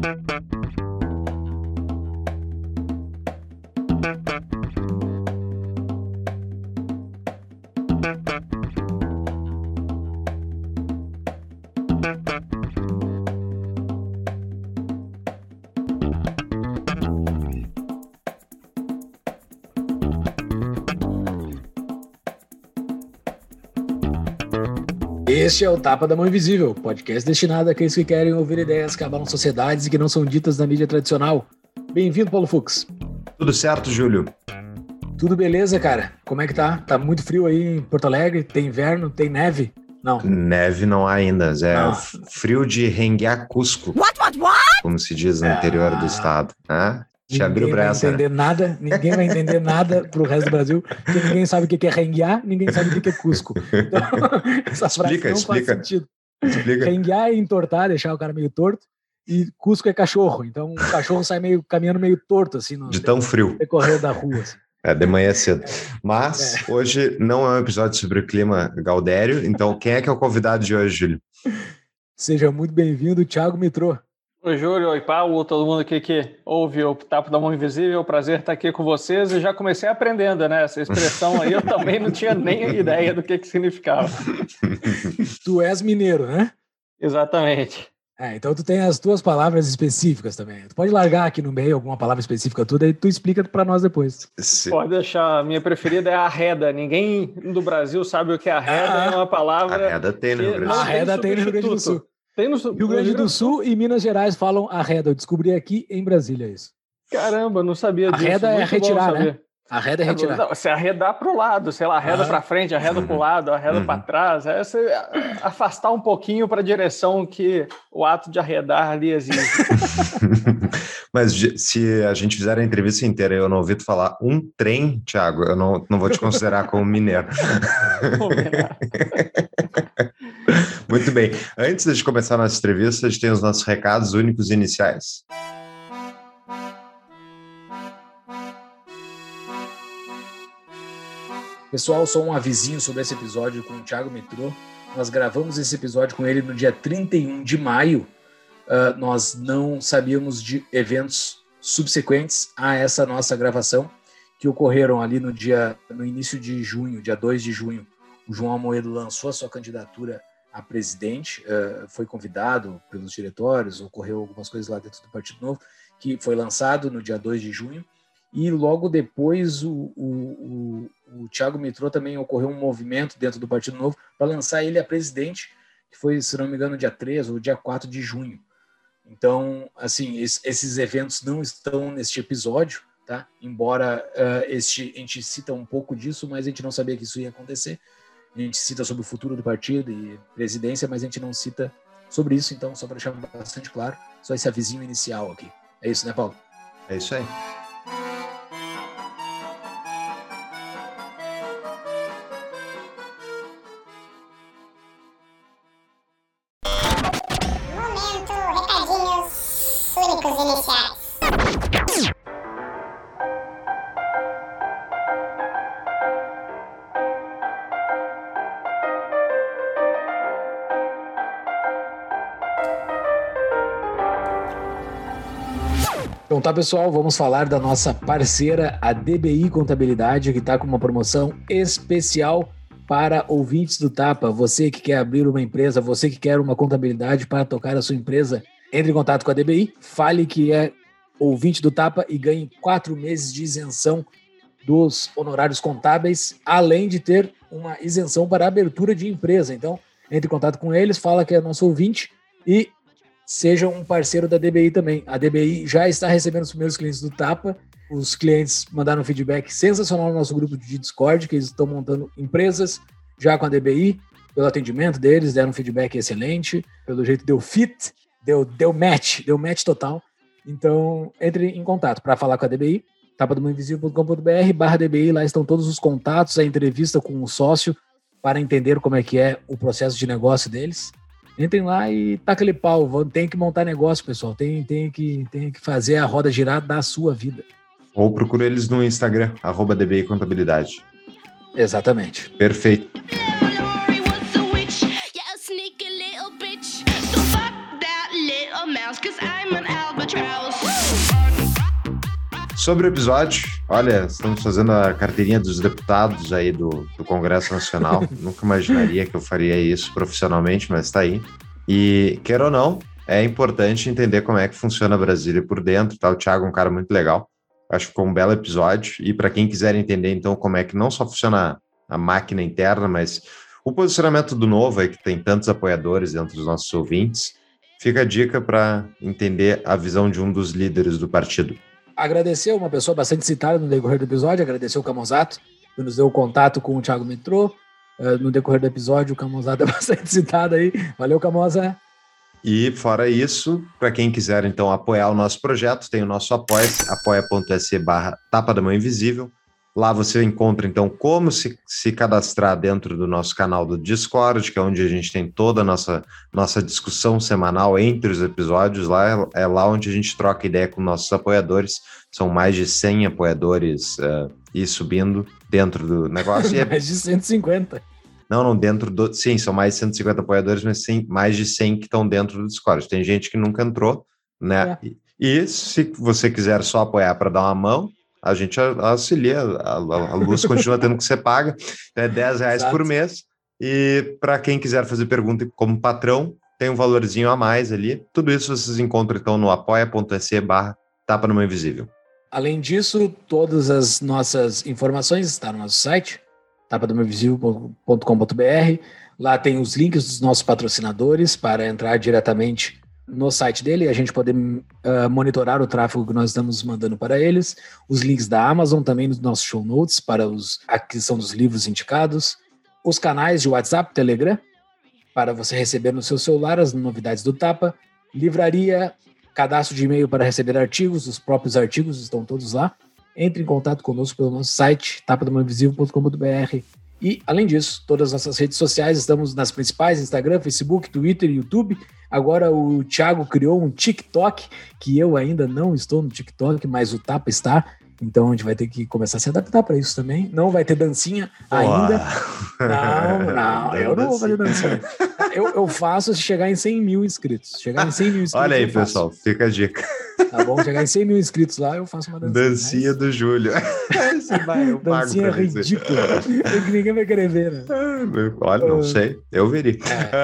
Este é o Tapa da Mão Invisível, podcast destinado àqueles que querem ouvir ideias que abalam sociedades e que não são ditas na mídia tradicional. Bem-vindo, Paulo Fux. Tudo certo, Júlio? Tudo beleza, cara? Como é que tá? Tá muito frio aí em Porto Alegre? Tem inverno? Tem neve? Não. Neve não há ainda, frio de renguear Cusco, como se diz no interior do estado, né? Te abriu pra essa, Ninguém vai entender nada pro resto do Brasil, porque ninguém sabe o que é renguear, ninguém sabe o que é Cusco. Então, essa frase não faz sentido. Explica. Renguear é entortar, deixar o cara meio torto, e Cusco é cachorro, então o cachorro sai caminhando meio torto, assim, de tão frio. Decorrer da rua, assim. De manhã cedo. Mas hoje não é um episódio sobre o clima gaudério, então quem é que é o convidado de hoje, Júlio? Seja muito bem-vindo, Thiago Mitrô. Oi, Júlio, oi, Paulo, todo mundo aqui que ouve o Tapa da Mão Invisível, prazer estar aqui com vocês. E já comecei aprendendo, né? Essa expressão aí eu também não tinha nem ideia do que significava. Tu és mineiro, né? Exatamente. Então tu tem as tuas palavras específicas também. Tu pode largar aqui no meio alguma palavra específica tua, daí tu explica para nós depois. Sim. Pode deixar, a minha preferida é arreda. Ninguém do Brasil sabe o que é arreda, é uma palavra... Arreda tem no Rio Grande do Sul. Arreda tem no Rio Grande do Sul. Tem no Rio Grande do Sul e Minas Gerais falam arreda. Eu descobri aqui em Brasília isso. Caramba, não sabia disso. Arreda é retirar, né? Arreda é retirar. Não, você arredar pro lado, sei lá, arreda pra frente, arreda pro lado, arreda pra trás. É você afastar um pouquinho pra direção que o ato de arredar ali exige. Mas se a gente fizer a entrevista inteira e eu não ouvir tu falar um trem, Thiago, eu não vou te considerar como mineiro. Muito bem. Antes de começar a nossa entrevista, a gente tem os nossos recados únicos e iniciais. Pessoal, só um avisinho sobre esse episódio com o Thiago Mitrô. Nós gravamos esse episódio com ele no dia 31 de maio. Nós não sabíamos de eventos subsequentes a essa nossa gravação, que ocorreram ali no início de junho, dia 2 de junho. O João Amoedo lançou a sua candidatura a presidente, foi convidado pelos diretórios, ocorreu algumas coisas lá dentro do Partido Novo, que foi lançado no dia 2 de junho. E logo depois o Thiago Mitrô também ocorreu um movimento dentro do Partido Novo para lançar ele a presidente, que foi, se não me engano, dia 3 ou dia 4 de junho. Então, assim, esses eventos não estão neste episódio, tá? Embora a gente cita um pouco disso, mas a gente não sabia que isso ia acontecer. A gente cita sobre o futuro do partido e presidência, mas a gente não cita sobre isso. Então, só para deixar bastante claro, só esse avisinho inicial aqui. É isso, né, Paulo? É isso aí. Então tá, pessoal, vamos falar da nossa parceira, a DBI Contabilidade, que está com uma promoção especial para ouvintes do Tapa. Você que quer abrir uma empresa, você que quer uma contabilidade para tocar a sua empresa, entre em contato com a DBI, fale que é ouvinte do Tapa e ganhe 4 meses de isenção dos honorários contábeis, além de ter uma isenção para abertura de empresa. Então, entre em contato com eles, fala que é nosso ouvinte e seja um parceiro da DBI também. A DBI já está recebendo os primeiros clientes do Tapa. Os clientes mandaram um feedback sensacional no nosso grupo de Discord, que eles estão montando empresas já com a DBI, pelo atendimento deles, deram um feedback excelente, pelo jeito deu fit, deu match total. Então, entre em contato para falar com a DBI, tapadomainvisível.com.br/DBI, lá estão todos os contatos, a entrevista com o sócio, para entender como é que é o processo de negócio deles. Entrem lá e taca-lhe pau. Tem que montar negócio, pessoal. Tem que fazer a roda girar da sua vida. Ou procura eles no Instagram, @DBI Contabilidade. Exatamente. Perfeito. Sobre o episódio, olha, estamos fazendo a carteirinha dos deputados aí do Congresso Nacional. Nunca imaginaria que eu faria isso profissionalmente, mas está aí. E, queira ou não, é importante entender como é que funciona Brasília por dentro. Tá? O Thiago é um cara muito legal. Acho que ficou um belo episódio. E para quem quiser entender, então, como é que não só funciona a máquina interna, mas o posicionamento do Novo, aí, que tem tantos apoiadores entre os nossos ouvintes, fica a dica para entender a visão de um dos líderes do partido. Agradecer uma pessoa bastante citada no decorrer do episódio, agradecer o Camozato, que nos deu o contato com o Thiago Metrô. No decorrer do episódio, o Camozato é bastante citado aí. Valeu, Camoza. E fora isso, para quem quiser então apoiar o nosso projeto, tem o nosso Apoia-se, apoia.se/Tapa da Mão Invisível. Lá você encontra então como se cadastrar dentro do nosso canal do Discord, que é onde a gente tem toda a nossa discussão semanal entre os episódios. Lá é lá onde a gente troca ideia com nossos apoiadores. São mais de 100 apoiadores e subindo dentro do negócio. Mais de 150. Não, dentro do... Sim, são mais de 150 apoiadores, mas sim, mais de 100 que estão dentro do Discord. Tem gente que nunca entrou, né? É. E se você quiser só apoiar para dar uma mão, a gente auxilia, a luz continua tendo que ser paga, é R$10 por mês, e para quem quiser fazer pergunta como patrão, tem um valorzinho a mais ali. Tudo isso vocês encontram então no apoia.se/Tapa da Mão Invisível. Além disso, todas as nossas informações estão no nosso site, tapadamãoinvisível.com.br. Lá tem os links dos nossos patrocinadores para entrar diretamente no site dele e a gente poder monitorar o tráfego que nós estamos mandando para eles. Os links da Amazon também nos nossos show notes para a aquisição dos livros indicados. Os canais de WhatsApp, Telegram, para você receber no seu celular as novidades do Tapa. Livraria, cadastro de e-mail para receber artigos, os próprios artigos estão todos lá. Entre em contato conosco pelo nosso site, tapadamãoinvisível.com.br. E, além disso, todas as nossas redes sociais, estamos nas principais, Instagram, Facebook, Twitter e YouTube. Agora o Thiago criou um TikTok, que eu ainda não estou no TikTok, mas o Tapa está. Então a gente vai ter que começar a se adaptar para isso também. Não vai ter dancinha ainda. Não, eu não vou fazer dancinha. Eu faço se chegar em 100 mil inscritos. Chegar em 100 mil inscritos. Olha aí, pessoal, fica a dica. Tá bom? Chegar em 100 mil inscritos lá, eu faço uma dancinha. Dancinha do Júlio. Dancinha ridícula. Que ninguém vai querer ver, né? Olha, não sei. Eu veria.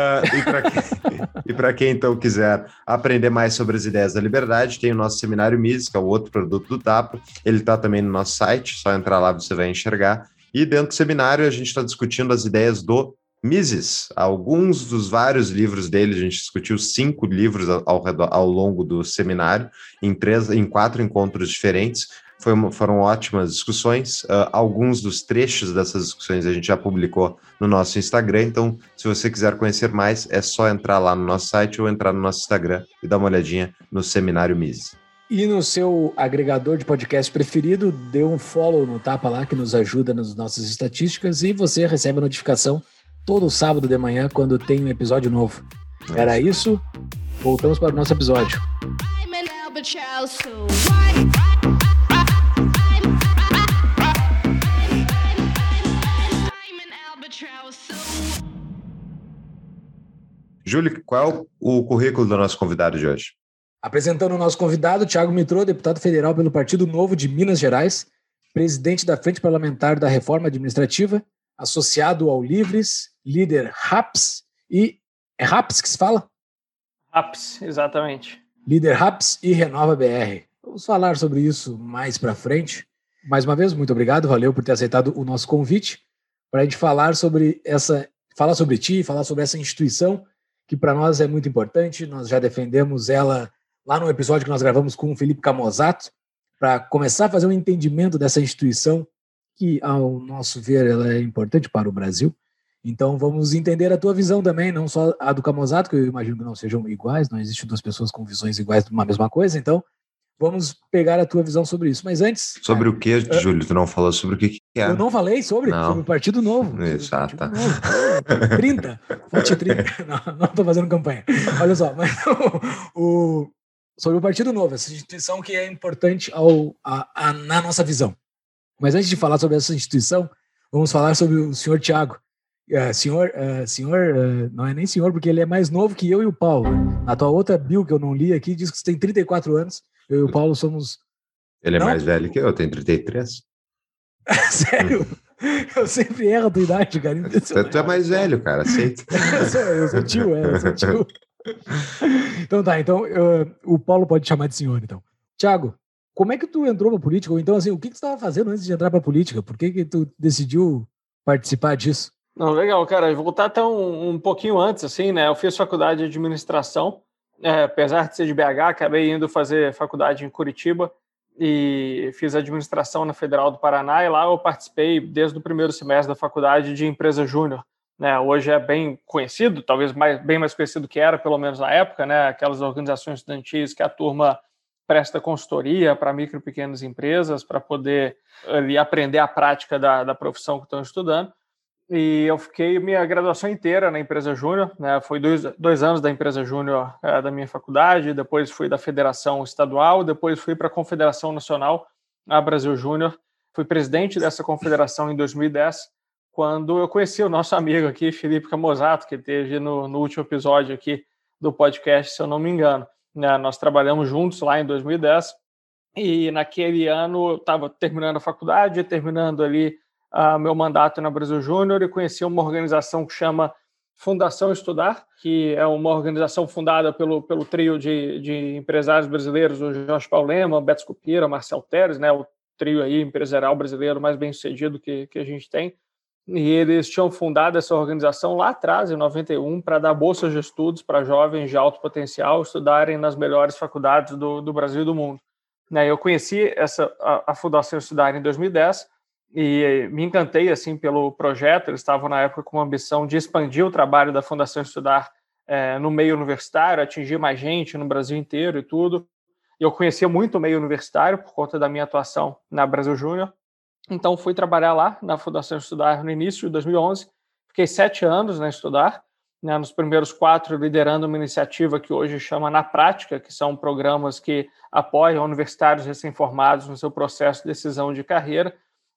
E para quem então quiser aprender mais sobre as ideias da liberdade, tem o nosso seminário Mises, que é o outro produto do Tapa. Ele está também no nosso site, só entrar lá você vai enxergar. E dentro do seminário a gente está discutindo as ideias do Mises. Alguns dos vários livros dele, a gente discutiu 5 livros ao longo do seminário, em 4 encontros diferentes. Foram ótimas discussões. Alguns dos trechos dessas discussões a gente já publicou no nosso Instagram, então se você quiser conhecer mais, é só entrar lá no nosso site ou entrar no nosso Instagram e dar uma olhadinha no Seminário Mises. E no seu agregador de podcast preferido, dê um follow no Tapa lá, que nos ajuda nas nossas estatísticas, e você recebe a notificação todo sábado de manhã quando tem um episódio novo. Era isso, voltamos para o nosso episódio. Júlio, qual é o currículo do nosso convidado de hoje? Apresentando o nosso convidado, Thiago Metrô, deputado federal pelo Partido Novo de Minas Gerais, presidente da Frente Parlamentar da Reforma Administrativa, associado ao Livres, líder RAPS e... É RAPS que se fala? RAPS, exatamente. Líder RAPS e Renova BR. Vamos falar sobre isso mais para frente. Mais uma vez, muito obrigado, valeu por ter aceitado o nosso convite para a gente falar sobre ti, falar sobre essa instituição que para nós é muito importante. Nós já defendemos ela lá no episódio que nós gravamos com o Felipe Camozato, para começar a fazer um entendimento dessa instituição que, ao nosso ver, ela é importante para o Brasil. Então vamos entender a tua visão também, não só a do Camozato, que eu imagino que não sejam iguais, não existem duas pessoas com visões iguais de uma mesma coisa, então vamos pegar a tua visão sobre isso. Mas antes... Sobre o que, Júlio? Tu não falou sobre o que é? Eu não falei sobre o Partido Novo. Exato. 30. Fonte 30. Não estou fazendo campanha. Olha só, mas sobre o Partido Novo, essa instituição que é importante na nossa visão. Mas antes de falar sobre essa instituição, vamos falar sobre o senhor Thiago, Senhor, não é nem senhor, porque ele é mais novo que eu e o Paulo. A tua outra bio que eu não li aqui diz que você tem 34 anos. Eu e o Paulo somos... Ele é mais velho que eu tenho 33. Sério? Eu sempre erro a tua idade, cara. Tu é mais velho, cara, aceita. Eu sou tio. Então tá, o Paulo pode te chamar de senhor, então. Thiago, como é que tu entrou pra política? Ou então, assim, o que tu estava fazendo antes de entrar pra política? Por que tu decidiu participar disso? Não, legal, cara. Voltar até um pouquinho antes, assim, né? Eu fiz faculdade de administração, apesar de ser de BH, acabei indo fazer faculdade em Curitiba e fiz administração na Federal do Paraná, e lá eu participei desde o primeiro semestre da faculdade de empresa júnior. Né, hoje é bem conhecido, talvez bem mais conhecido que era, pelo menos na época, né, aquelas organizações estudantis que a turma presta consultoria para micro e pequenas empresas para poder ali aprender a prática da profissão que estão estudando. E eu fiquei minha graduação inteira na empresa júnior, né, foi dois anos da empresa júnior da minha faculdade, depois fui da Federação Estadual, depois fui para a Confederação Nacional, a Brasil Júnior, fui presidente dessa confederação em 2010, quando eu conheci o nosso amigo aqui, Felipe Camozato, que esteve no último episódio aqui do podcast, se eu não me engano. Nós trabalhamos juntos lá em 2010, e naquele ano eu estava terminando a faculdade, terminando ali meu mandato na Brasil Júnior, e conheci uma organização que chama Fundação Estudar, que é uma organização fundada pelo trio de empresários brasileiros, o Jorge Paulo Lema, Beto Scupira, Marcel Teres, né, o trio aí empresarial brasileiro mais bem sucedido que a gente tem. E eles tinham fundado essa organização lá atrás, em 91, para dar bolsas de estudos para jovens de alto potencial estudarem nas melhores faculdades do Brasil e do mundo. Eu conheci a Fundação Estudar em 2010 e me encantei assim, pelo projeto. Eles estavam, na época, com a ambição de expandir o trabalho da Fundação Estudar no meio universitário, atingir mais gente no Brasil inteiro e tudo. E eu conhecia muito o meio universitário por conta da minha atuação na Brasil Júnior. Então, fui trabalhar lá na Fundação Estudar no início de 2011. Fiquei 7 anos na Estudar, né, nos primeiros 4 liderando uma iniciativa que hoje chama Na Prática, que são programas que apoiam universitários recém-formados no seu processo de decisão de carreira,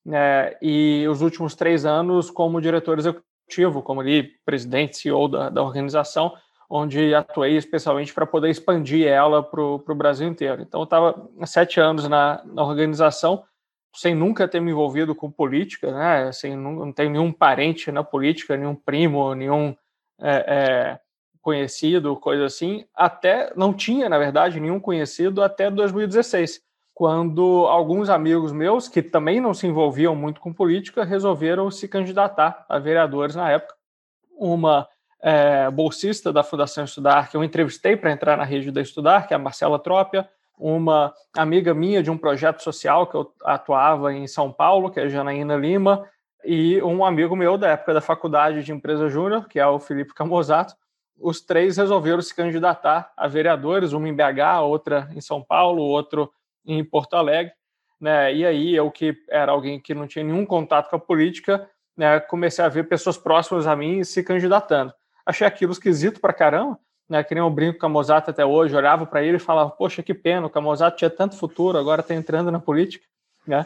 e os últimos 3 anos como diretor executivo, como ali presidente, CEO da organização, onde atuei especialmente para poder expandir ela para o Brasil inteiro. Então, eu estava há 7 anos na organização, sem nunca ter me envolvido com política, né? Não tenho nenhum parente na política, nenhum primo, nenhum conhecido, coisa assim. Não tinha, na verdade, nenhum conhecido até 2016, quando alguns amigos meus, que também não se envolviam muito com política, resolveram se candidatar a vereadores na época. Uma bolsista da Fundação Estudar, que eu entrevistei para entrar na rede da Estudar, que é a Marcela Trópia, uma amiga minha de um projeto social que eu atuava em São Paulo, que é a Janaína Lima, e um amigo meu da época da faculdade de empresa júnior, que é o Felipe Camozato. Os 3 resolveram se candidatar a vereadores, uma em BH, outra em São Paulo, outro em Porto Alegre. Né? E aí, eu que era alguém que não tinha nenhum contato com a política, né, comecei a ver pessoas próximas a mim se candidatando. Achei aquilo esquisito pra caramba, né, que nem eu brinco com o Camozato até hoje, olhava para ele e falava, poxa, que pena, o Camozato tinha tanto futuro, agora está entrando na política. Né?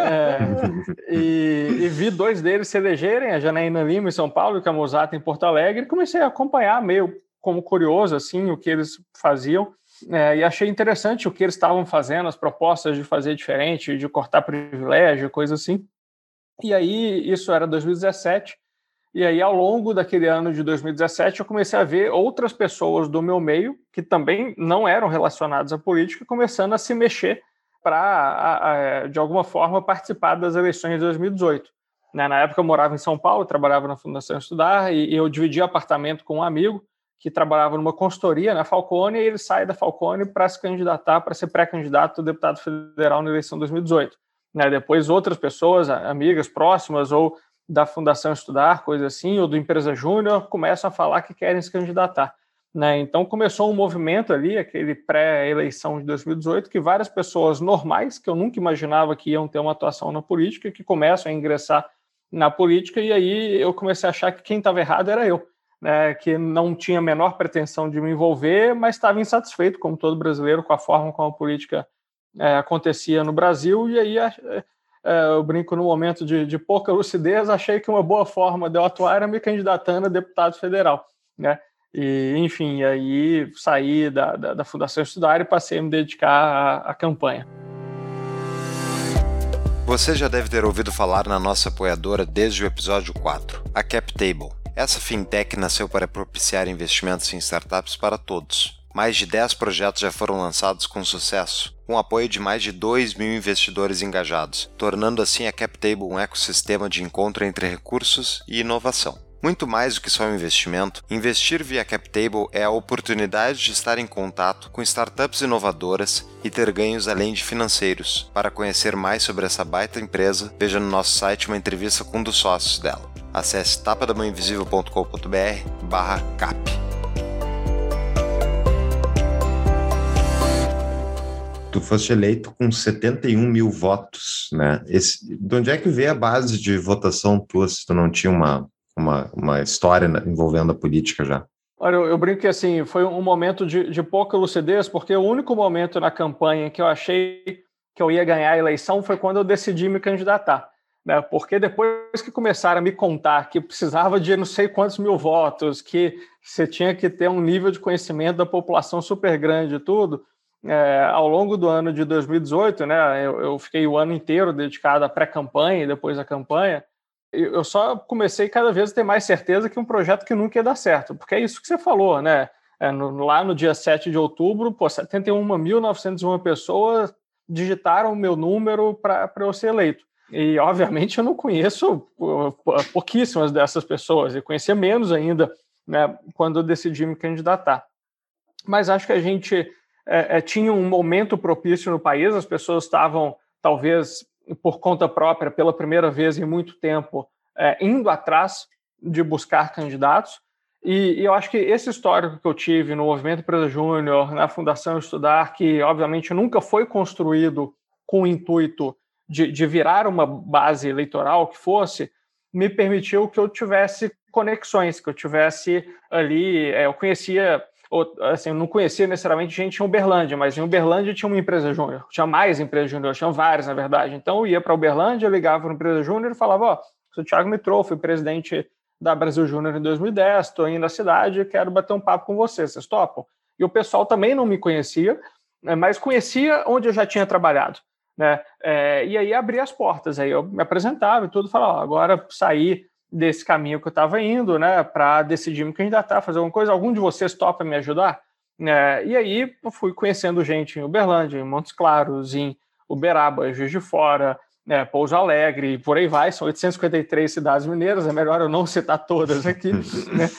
E vi 2 deles se elegerem, a Janaína Lima em São Paulo e o Camozato em Porto Alegre, e comecei a acompanhar meio como curioso assim, o que eles faziam, e achei interessante o que eles estavam fazendo, as propostas de fazer diferente, de cortar privilégio, coisa assim. E aí, isso era 2017, e aí, ao longo daquele ano de 2017, eu comecei a ver outras pessoas do meu meio, que também não eram relacionadas à política, começando a se mexer para, de alguma forma, participar das eleições de 2018. Na época, eu morava em São Paulo, trabalhava na Fundação Estudar, e eu dividia apartamento com um amigo que trabalhava numa consultoria na Falcone, e ele sai da Falcone para se candidatar, para ser pré-candidato a deputado federal na eleição de 2018. Depois, outras pessoas, amigas próximas, ou da Fundação Estudar, coisa assim, ou do Empresa Júnior, começam a falar que querem se candidatar. Então, começou um movimento ali, aquele pré-eleição de 2018, que várias pessoas normais, que eu nunca imaginava que iam ter uma atuação na política, que começam a ingressar na política, e aí eu comecei a achar que quem estava errado era eu, que não tinha a menor pretensão de me envolver, mas estava insatisfeito, como todo brasileiro, com a forma como a política acontecia no Brasil, e aí eu brinco, no momento de pouca lucidez, achei que uma boa forma de eu atuar era me candidatando a deputado federal, né? E, enfim, aí saí da Fundação Estudar e passei a me dedicar à campanha. Você já deve ter ouvido falar na nossa apoiadora desde o episódio 4, a CapTable. Essa fintech nasceu para propiciar investimentos em startups para todos. Mais de 10 projetos já foram lançados com sucesso, com apoio de mais de 2.000 investidores engajados, tornando assim a CapTable um ecossistema de encontro entre recursos e inovação. Muito mais do que só um investimento, investir via CapTable é a oportunidade de estar em contato com startups inovadoras e ter ganhos além de financeiros. Para conhecer mais sobre essa baita empresa, veja no nosso site uma entrevista com um dos sócios dela. Acesse tapadamãoinvisível.com.br/cap. Tu foste eleito com 71 mil votos, né? De onde é que veio a base de votação tua, se tu não tinha uma história envolvendo a política já? Olha, eu brinco que assim, foi um momento de pouca lucidez, porque o único momento na campanha que eu achei que eu ia ganhar a eleição foi quando eu decidi me candidatar, né? Porque depois que começaram a me contar que precisava de não sei quantos mil votos, que você tinha que ter um nível de conhecimento da população super grande e tudo, ao longo do ano de 2018, né, eu fiquei o ano inteiro dedicado à pré-campanha e depois à campanha, eu só comecei cada vez a ter mais certeza que um projeto que nunca ia dar certo, porque é isso que você falou, né? Lá no dia 7 de outubro, 71.901 pessoas digitaram o meu número para eu ser eleito. E, obviamente, eu não conheço pouquíssimas dessas pessoas, e conhecia menos ainda, né, quando eu decidi me candidatar. Mas acho que a gente tinha um momento propício no país, as pessoas estavam, talvez, por conta própria, pela primeira vez em muito tempo, indo atrás de buscar candidatos. E eu acho que esse histórico que eu tive no Movimento Empresa Júnior, na Fundação Estudar, que obviamente nunca foi construído com o intuito de virar uma base eleitoral que fosse, me permitiu que eu tivesse conexões, que eu tivesse ali... eu conhecia... Assim, eu não conhecia necessariamente gente em Uberlândia, mas em Uberlândia tinha uma empresa júnior, tinha mais empresas júnior, tinha várias, na verdade. Então eu ia para Uberlândia, ligava para uma empresa júnior e falava: sou o Thiago Mitrô, fui presidente da Brasil Júnior em 2010, estou indo à cidade, quero bater um papo com vocês topam? E o pessoal também não me conhecia, mas conhecia onde eu já tinha trabalhado, né? E aí abria as portas, aí eu me apresentava e tudo, falava: agora saí desse caminho que eu estava indo, né, para decidir me candidatar, fazer alguma coisa, algum de vocês topa me ajudar? E aí eu fui conhecendo gente em Uberlândia, em Montes Claros, em Uberaba, Juiz de Fora, Pouso Alegre, por aí vai, são 853 cidades mineiras, é melhor eu não citar todas aqui, né?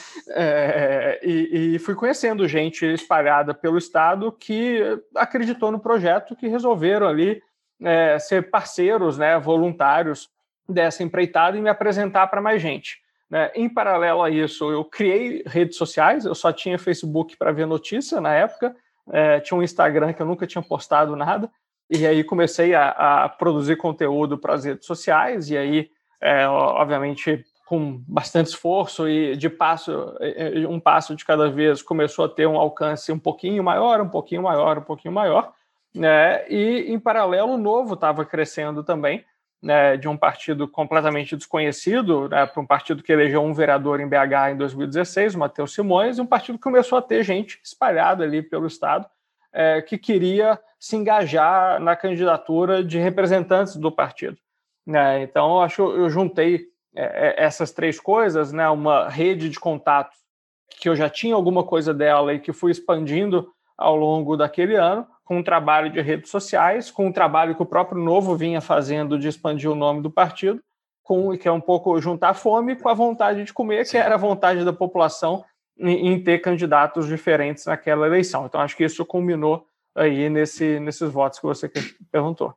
E fui conhecendo gente espalhada pelo estado que acreditou no projeto, que resolveram ali ser parceiros, né, voluntários dessa empreitada e me apresentar para mais gente, né? Em paralelo a isso, eu criei redes sociais, eu só tinha Facebook para ver notícia na época, tinha um Instagram que eu nunca tinha postado nada, e aí comecei a produzir conteúdo para as redes sociais, e aí, obviamente, com bastante esforço e um passo de cada vez, começou a ter um alcance um pouquinho maior, um pouquinho maior, um pouquinho maior, né? E, em paralelo, o Novo estava crescendo também, né, de um partido completamente desconhecido, né, para um partido que elegeu um vereador em BH em 2016, o Matheus Simões, e um partido que começou a ter gente espalhada ali pelo estado que queria se engajar na candidatura de representantes do partido, né? Então, acho que eu juntei essas três coisas, né, uma rede de contatos que eu já tinha alguma coisa dela e que fui expandindo ao longo daquele ano, com um trabalho de redes sociais, com um trabalho que o próprio Novo vinha fazendo de expandir o nome do partido, que é um pouco juntar a fome com a vontade de comer, que era a vontade da população em ter candidatos diferentes naquela eleição. Então, acho que isso culminou aí nesses votos que você perguntou.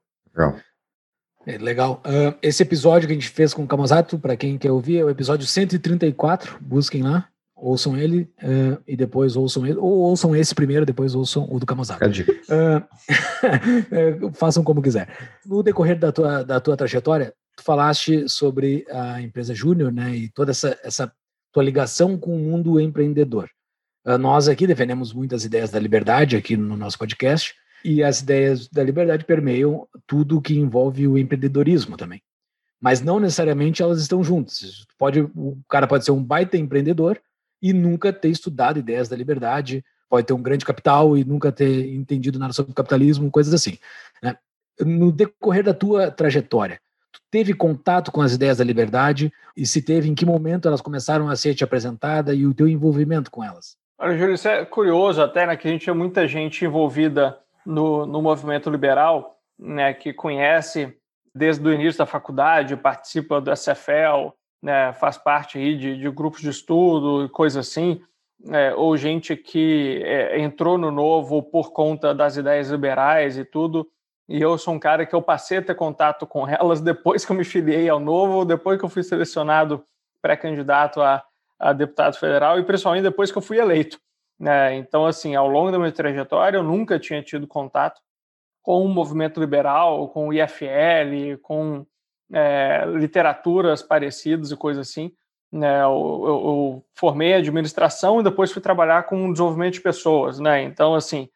Legal. Esse episódio que a gente fez com o Camazzato, para quem quer ouvir, é o episódio 134, busquem lá. Ouçam ele e depois ouçam ele, ou ouçam esse primeiro, depois ouçam o do Camazzato. Façam como quiser. No decorrer da tua trajetória, tu falaste sobre a empresa Júnior, né, e toda essa tua ligação com o mundo empreendedor. Nós aqui defendemos muitas ideias da liberdade aqui no nosso podcast, E as ideias da liberdade permeiam tudo que envolve o empreendedorismo também. Mas não necessariamente elas estão juntas. O cara pode ser um baita empreendedor e nunca ter estudado ideias da liberdade, pode ter um grande capital e nunca ter entendido nada sobre capitalismo, coisas assim, né? No decorrer da tua trajetória, tu teve contato com as ideias da liberdade e se teve, em que momento elas começaram a ser te apresentadas e o teu envolvimento com elas? Olha, Júlio, isso é curioso até, né, que a gente tinha muita gente envolvida no movimento liberal, né, que conhece desde o início da faculdade, participa do SFL, né, faz parte aí de grupos de estudo e coisas assim, ou gente que entrou no Novo por conta das ideias liberais e tudo, e eu sou um cara que eu passei a ter contato com elas depois que eu me filiei ao Novo, depois que eu fui selecionado pré-candidato a deputado federal e principalmente depois que eu fui eleito. Então, assim, ao longo da minha trajetória, eu nunca tinha tido contato com o movimento liberal, com o IFL, com literaturas parecidas e coisas assim. Eu formei administração e depois fui trabalhar com desenvolvimento de pessoas. Então, assim,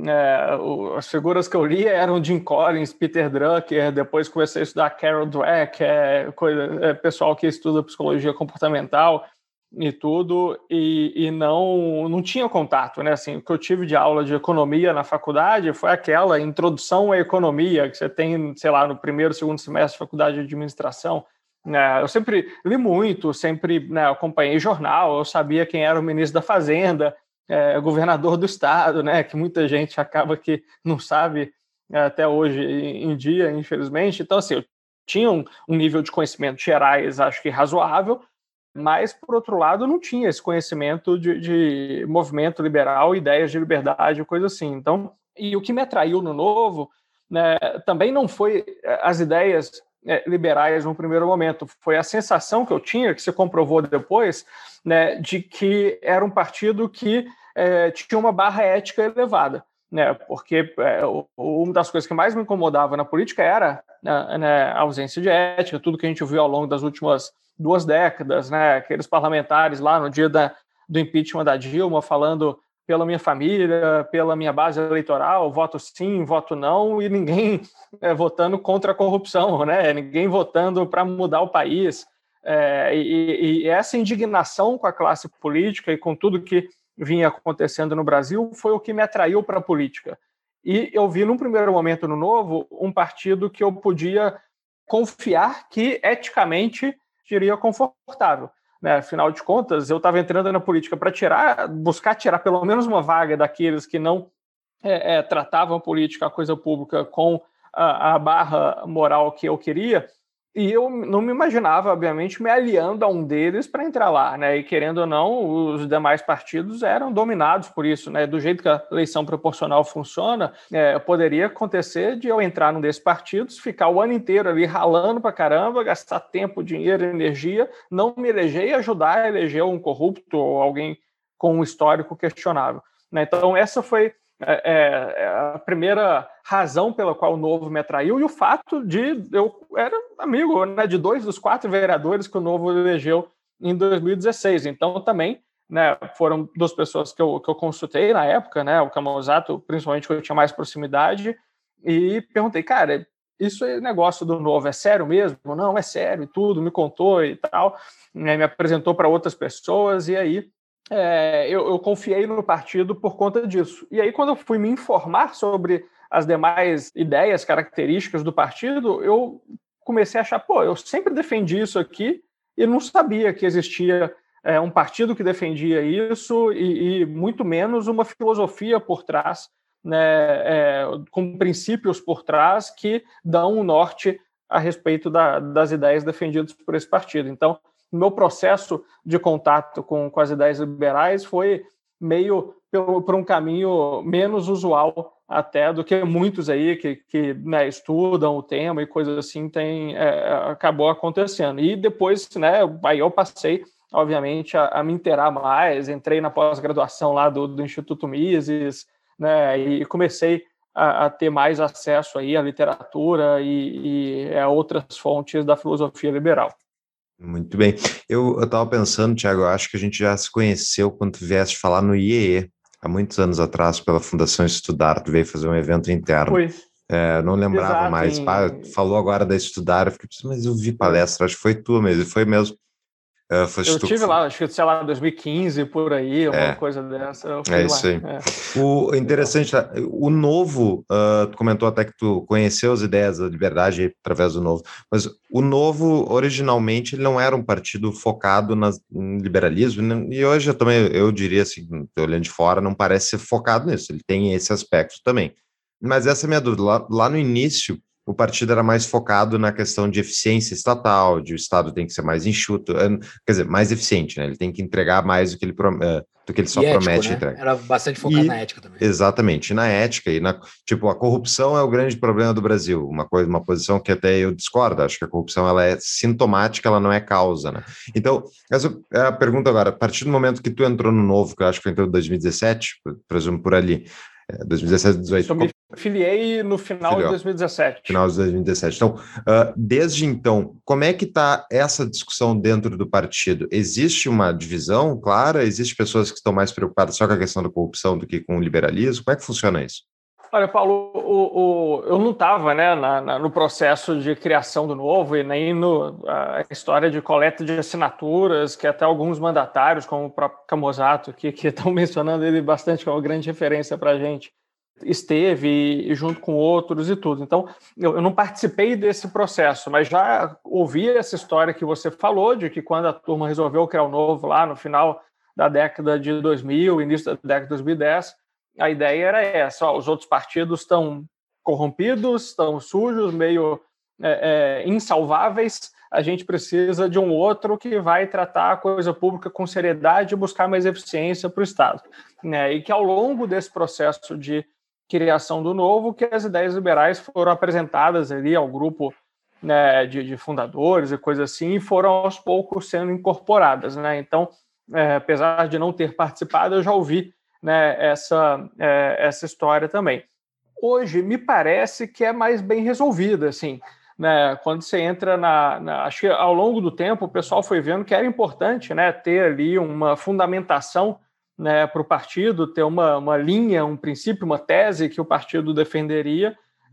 as figuras que eu li eram Jim Collins, Peter Drucker, depois comecei a estudar Carol Dweck, pessoal que estuda psicologia comportamental e tudo, e não tinha contato, né? Assim, o que eu tive de aula de economia na faculdade foi aquela introdução à economia que você tem, sei lá, no primeiro, segundo semestre de faculdade de administração. Eu sempre li muito, sempre acompanhei jornal, eu sabia quem era o ministro da Fazenda, governador do estado, né? Que muita gente acaba que não sabe até hoje em dia, infelizmente. Então, assim, eu tinha um nível de conhecimento gerais, acho que razoável, mas, por outro lado, não tinha esse conhecimento de movimento liberal, ideias de liberdade, coisa assim. Então, e o que me atraiu no Novo, né, também não foi as ideias liberais no primeiro momento, foi a sensação que eu tinha, que se comprovou depois, né, de que era um partido que tinha uma barra ética elevada. Porque uma das coisas que mais me incomodava na política era a ausência de ética, tudo que a gente viu ao longo das últimas 2 décadas, aqueles parlamentares lá no dia do impeachment da Dilma falando pela minha família, pela minha base eleitoral, voto sim, voto não, e ninguém votando contra a corrupção, ninguém votando para mudar o país. E essa indignação com a classe política e com tudo que vinha acontecendo no Brasil foi o que me atraiu para a política. E eu vi, num primeiro momento no Novo, um partido que eu podia confiar que, eticamente, seria confortável. Afinal de contas, eu estava entrando na política para buscar tirar pelo menos uma vaga daqueles que não tratavam a política, a coisa pública, com a barra moral que eu queria, e eu não me imaginava, obviamente, me aliando a um deles para entrar lá, e querendo ou não, os demais partidos eram dominados por isso, do jeito que a eleição proporcional funciona, poderia acontecer de eu entrar num desses partidos, ficar o ano inteiro ali ralando para caramba, gastar tempo, dinheiro, energia, não me eleger e ajudar a eleger um corrupto ou alguém com um histórico questionável. Então, essa foi a primeira razão pela qual o Novo me atraiu, e o fato de eu era amigo de 2 dos 4 vereadores que o Novo elegeu em 2016. Então, também foram 2 pessoas que eu consultei na época, o Camozzato, principalmente, que eu tinha mais proximidade, e perguntei, cara, isso é negócio do Novo, é sério mesmo? Não, é sério, e tudo, me contou e tal, me apresentou para outras pessoas, e aí eu confiei no partido por conta disso. E aí, quando eu fui me informar sobre as demais ideias, características do partido, eu comecei a achar, eu sempre defendi isso aqui e não sabia que existia um partido que defendia isso e muito menos uma filosofia por trás, com princípios por trás que dão um norte a respeito das ideias defendidas por esse partido. Então, o meu processo de contato com as ideias liberais foi meio por um caminho menos usual até do que muitos aí que estudam o tema e coisas assim acabou acontecendo. E depois, aí eu passei, obviamente, a me inteirar mais, entrei na pós-graduação lá do Instituto Mises, e comecei a ter mais acesso aí à literatura e a outras fontes da filosofia liberal. Muito bem. Eu estava pensando, Thiago, eu acho que a gente já se conheceu quando tu vieste falar no IEE. há muitos anos atrás, pela Fundação Estudar, tu veio fazer um evento interno. Foi. Não lembrava Exato, mais. Falou agora da Estudar, eu fiquei pensando, mas eu vi palestra, acho que foi tua mesmo, foi mesmo. Eu tive lá, acho que, sei lá, 2015, por aí, uma coisa dessa. Eu fui isso lá. aí. O interessante, o Novo, tu comentou até que tu conheceu as ideias da liberdade através do Novo, mas o Novo, originalmente, ele não era um partido focado em liberalismo, e hoje eu diria assim, olhando de fora, não parece ser focado nisso, ele tem esse aspecto também. Mas essa é a minha dúvida. Lá no início, o partido era mais focado na questão de eficiência estatal, de o Estado tem que ser mais enxuto, quer dizer, mais eficiente, né? Ele tem que entregar mais do que ele só promete entregar. Era bastante focado na ética também. Exatamente, na ética e tipo, a corrupção é o grande problema do Brasil, uma posição que até eu discordo, acho que a corrupção ela é sintomática, ela não é causa, né? Então, essa é a pergunta agora, a partir do momento que tu entrou no Novo, que eu acho que foi em 2017, presumo por ali, 2017, 2018. Eu me filiei no final de 2017. Final de 2017. Então, desde então, como é que está essa discussão dentro do partido? Existe uma divisão clara? Existem pessoas que estão mais preocupadas só com a questão da corrupção do que com o liberalismo? Como é que funciona isso? Olha, Paulo, eu não estava, né, no processo de criação do Novo e nem a história de coleta de assinaturas, que até alguns mandatários, como o próprio Camozzato, que estão mencionando ele bastante, que é uma grande referência para a gente, esteve e junto com outros e tudo. Então, eu não participei desse processo, mas já ouvi essa história que você falou, de que quando a turma resolveu criar o Novo lá no final da década de 2000, início da década de 2010, a ideia era essa, os outros partidos estão corrompidos, estão sujos, meio insalváveis, a gente precisa de um outro que vai tratar a coisa pública com seriedade e buscar mais eficiência para o Estado. Né? E que ao longo desse processo de criação do Novo, que as ideias liberais foram apresentadas ali ao grupo, né, de fundadores e coisas assim, e foram aos poucos sendo incorporadas. Né? Então, apesar de não ter participado, eu já ouvi, né, essa história também. Hoje, me parece que é mais bem resolvida, assim, né? Quando você entra acho que ao longo do tempo o pessoal foi vendo que era importante, né, ter ali uma fundamentação, né, para o partido, ter uma linha, um princípio, uma tese que o partido defenderia,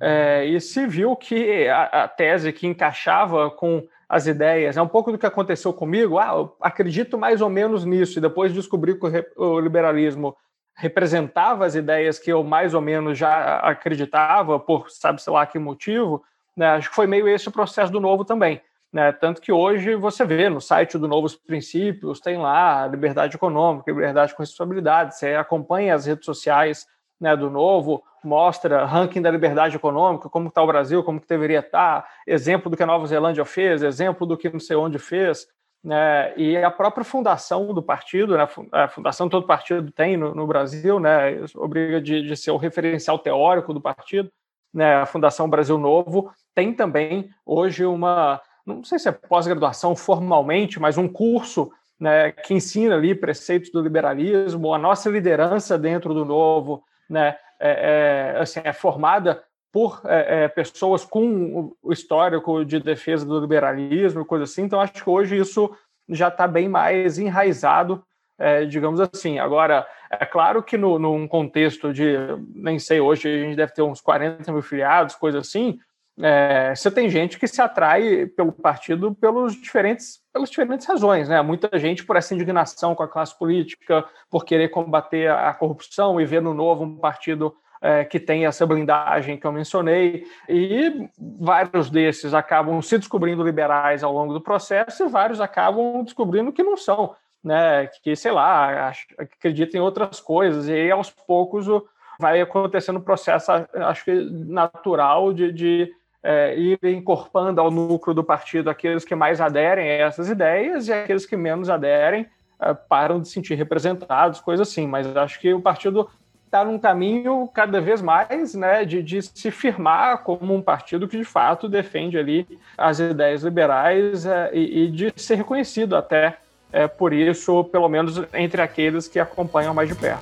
e se viu que a tese que encaixava com as ideias, é um pouco do que aconteceu comigo, eu acredito mais ou menos nisso, e depois descobri que o liberalismo representava as ideias que eu mais ou menos já acreditava, por sabe-se lá que motivo, né? Acho que foi meio esse o processo do Novo também. Né? Tanto que hoje você vê no site do Novo os princípios, tem lá liberdade econômica, liberdade com responsabilidade, você acompanha as redes sociais, né, do Novo, mostra ranking da liberdade econômica, como está o Brasil, como que deveria estar, exemplo do que a Nova Zelândia fez, exemplo do que não sei onde fez, né, e a própria fundação do partido, né, a fundação todo partido tem no Brasil, né, obriga de ser o referencial teórico do partido, né, a Fundação Brasil Novo tem também hoje não sei se é pós-graduação formalmente, mas um curso, né, que ensina ali preceitos do liberalismo, a nossa liderança dentro do Novo, né, assim, é formada por pessoas com o histórico de defesa do liberalismo, coisa assim. Então, acho que hoje isso já está bem mais enraizado, digamos assim. Agora, é claro que num contexto de, nem sei, hoje a gente deve ter uns 40 mil filiados, coisa assim, você tem gente que se atrai pelo partido pelas diferentes razões, né? Muita gente por essa indignação com a classe política, por querer combater a corrupção e ver no Novo um partido que tem essa blindagem que eu mencionei, e vários desses acabam se descobrindo liberais ao longo do processo e vários acabam descobrindo que não são, né? Que, sei lá, acreditam em outras coisas, e aí aos poucos vai acontecendo um processo, acho que natural, de ir incorporando ao núcleo do partido aqueles que mais aderem a essas ideias e aqueles que menos aderem param de se sentir representados, coisa assim. Mas acho que o partido está num caminho cada vez mais, né, de se firmar como um partido que de fato defende ali as ideias liberais e de ser reconhecido até por isso, pelo menos entre aqueles que acompanham mais de perto.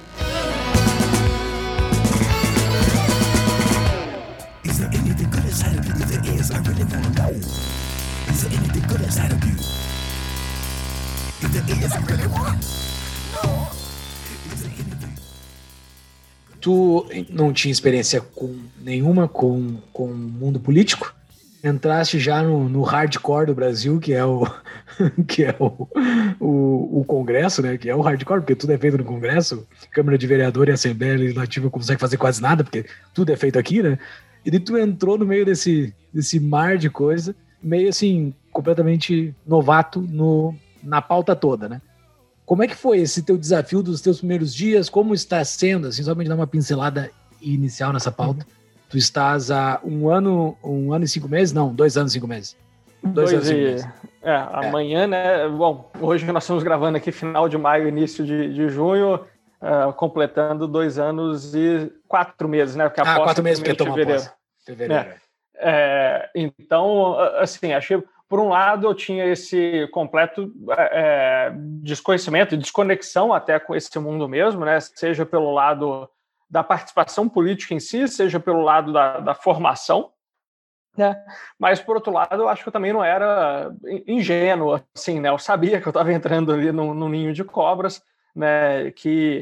Tu não tinha experiência nenhuma com o mundo político, entraste já no hardcore do Brasil, que é o Congresso, né? Que é o hardcore, porque tudo é feito no Congresso. Câmara de Vereador e Assembleia Legislativa não consegue fazer quase nada, porque tudo é feito aqui, né? E daí tu entrou no meio desse mar de coisa, meio assim, completamente novato na pauta toda, né? Como é que foi esse teu desafio dos teus primeiros dias? Como está sendo, assim, só para dar uma pincelada inicial nessa pauta? Tu estás há 1 ano e 5 meses? Não, 2 anos e 5 meses. 2 anos e 5 meses. Amanhã, né? Bom, hoje nós estamos gravando aqui final de maio, início de junho, completando 2 anos e 4 meses, né? Porque a 4 meses porque toma posse. Fevereiro. Então, assim, achei... Por um lado, eu tinha esse completo desconhecimento e desconexão até com esse mundo mesmo, né? Seja pelo lado da participação política em si, seja pelo lado da formação, né? Mas, por outro lado, eu acho que eu também não era ingênuo, assim, né? Eu sabia que eu estava entrando ali num ninho de cobras, né?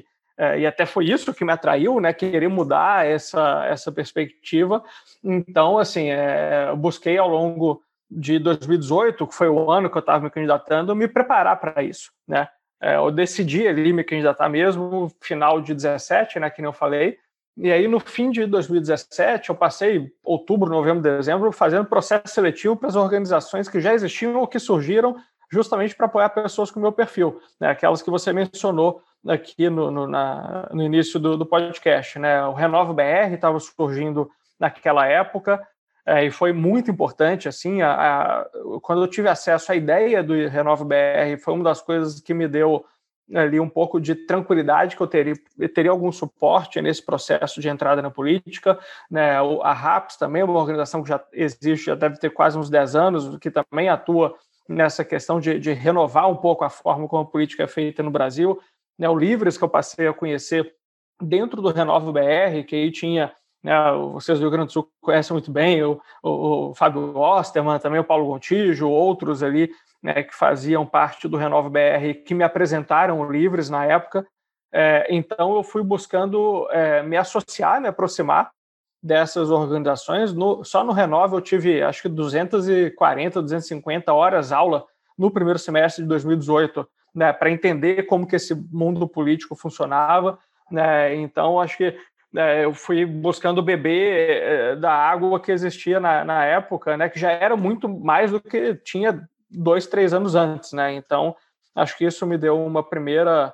E até foi isso que me atraiu, né? Querer mudar essa perspectiva. Então, assim, eu busquei ao longo de 2018, que foi o ano que eu estava me candidatando, me preparar para isso, né? Eu decidi ali me candidatar mesmo, final de 17, né, que nem eu falei, e aí no fim de 2017 eu passei outubro, novembro, dezembro fazendo processo seletivo para as organizações que já existiam ou que surgiram justamente para apoiar pessoas com o meu perfil, né? Aquelas que você mencionou aqui no início do podcast, né? O Renova BR estava surgindo naquela época, e foi muito importante, assim, quando eu tive acesso à ideia do Renova BR, foi uma das coisas que me deu ali um pouco de tranquilidade, que eu teria algum suporte nesse processo de entrada na política, né? A RAPS também é uma organização que já existe, já deve ter quase uns 10 anos, que também atua nessa questão de renovar um pouco a forma como a política é feita no Brasil, né? O Livres, que eu passei a conhecer dentro do Renova BR, que aí tinha... vocês do Rio Grande do Sul conhecem muito bem o Fábio Osterman, também o Paulo Gontijo, outros ali, né, que faziam parte do Renova BR, que me apresentaram o Livres na época. Então eu fui buscando me associar, me aproximar dessas organizações. Só no Renova eu tive acho que 240, 250 horas aula no primeiro semestre de 2018, né, para entender como que esse mundo político funcionava, né? Então acho que eu fui buscando beber da água que existia na época, né, que já era muito mais do que tinha 2, 3 anos antes, né? Então, acho que isso me deu uma primeira...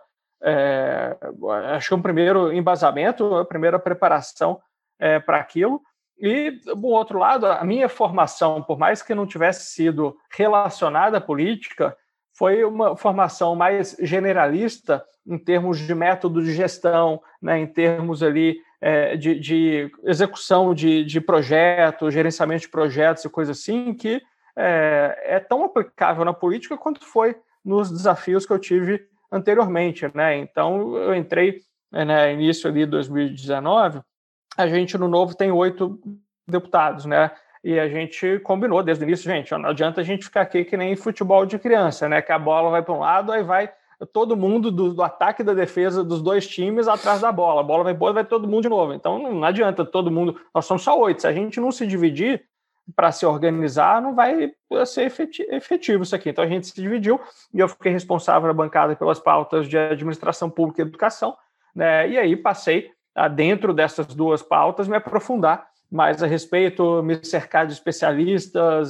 acho que um primeiro embasamento, a primeira preparação para aquilo. E, do outro lado, a minha formação, por mais que não tivesse sido relacionada à política, foi uma formação mais generalista em termos de método de gestão, né, em termos ali de execução de projetos, gerenciamento de projetos e coisa assim, que é tão aplicável na política quanto foi nos desafios que eu tive anteriormente, né? Então, eu entrei início ali de 2019, a gente no Novo tem 8 deputados, né? E a gente combinou desde o início, gente, não adianta a gente ficar aqui que nem futebol de criança, né? Que a bola vai para um lado, aí vai todo mundo do ataque e da defesa dos 2 times atrás da bola. A bola vai embora, vai todo mundo de novo. Então não adianta todo mundo. Nós somos só 8. Se a gente não se dividir para se organizar, não vai ser efetivo isso aqui. Então a gente se dividiu e eu fiquei responsável na bancada pelas pautas de administração pública e educação, né? E aí passei, dentro dessas 2 pautas, me aprofundar mais a respeito, me cercar de especialistas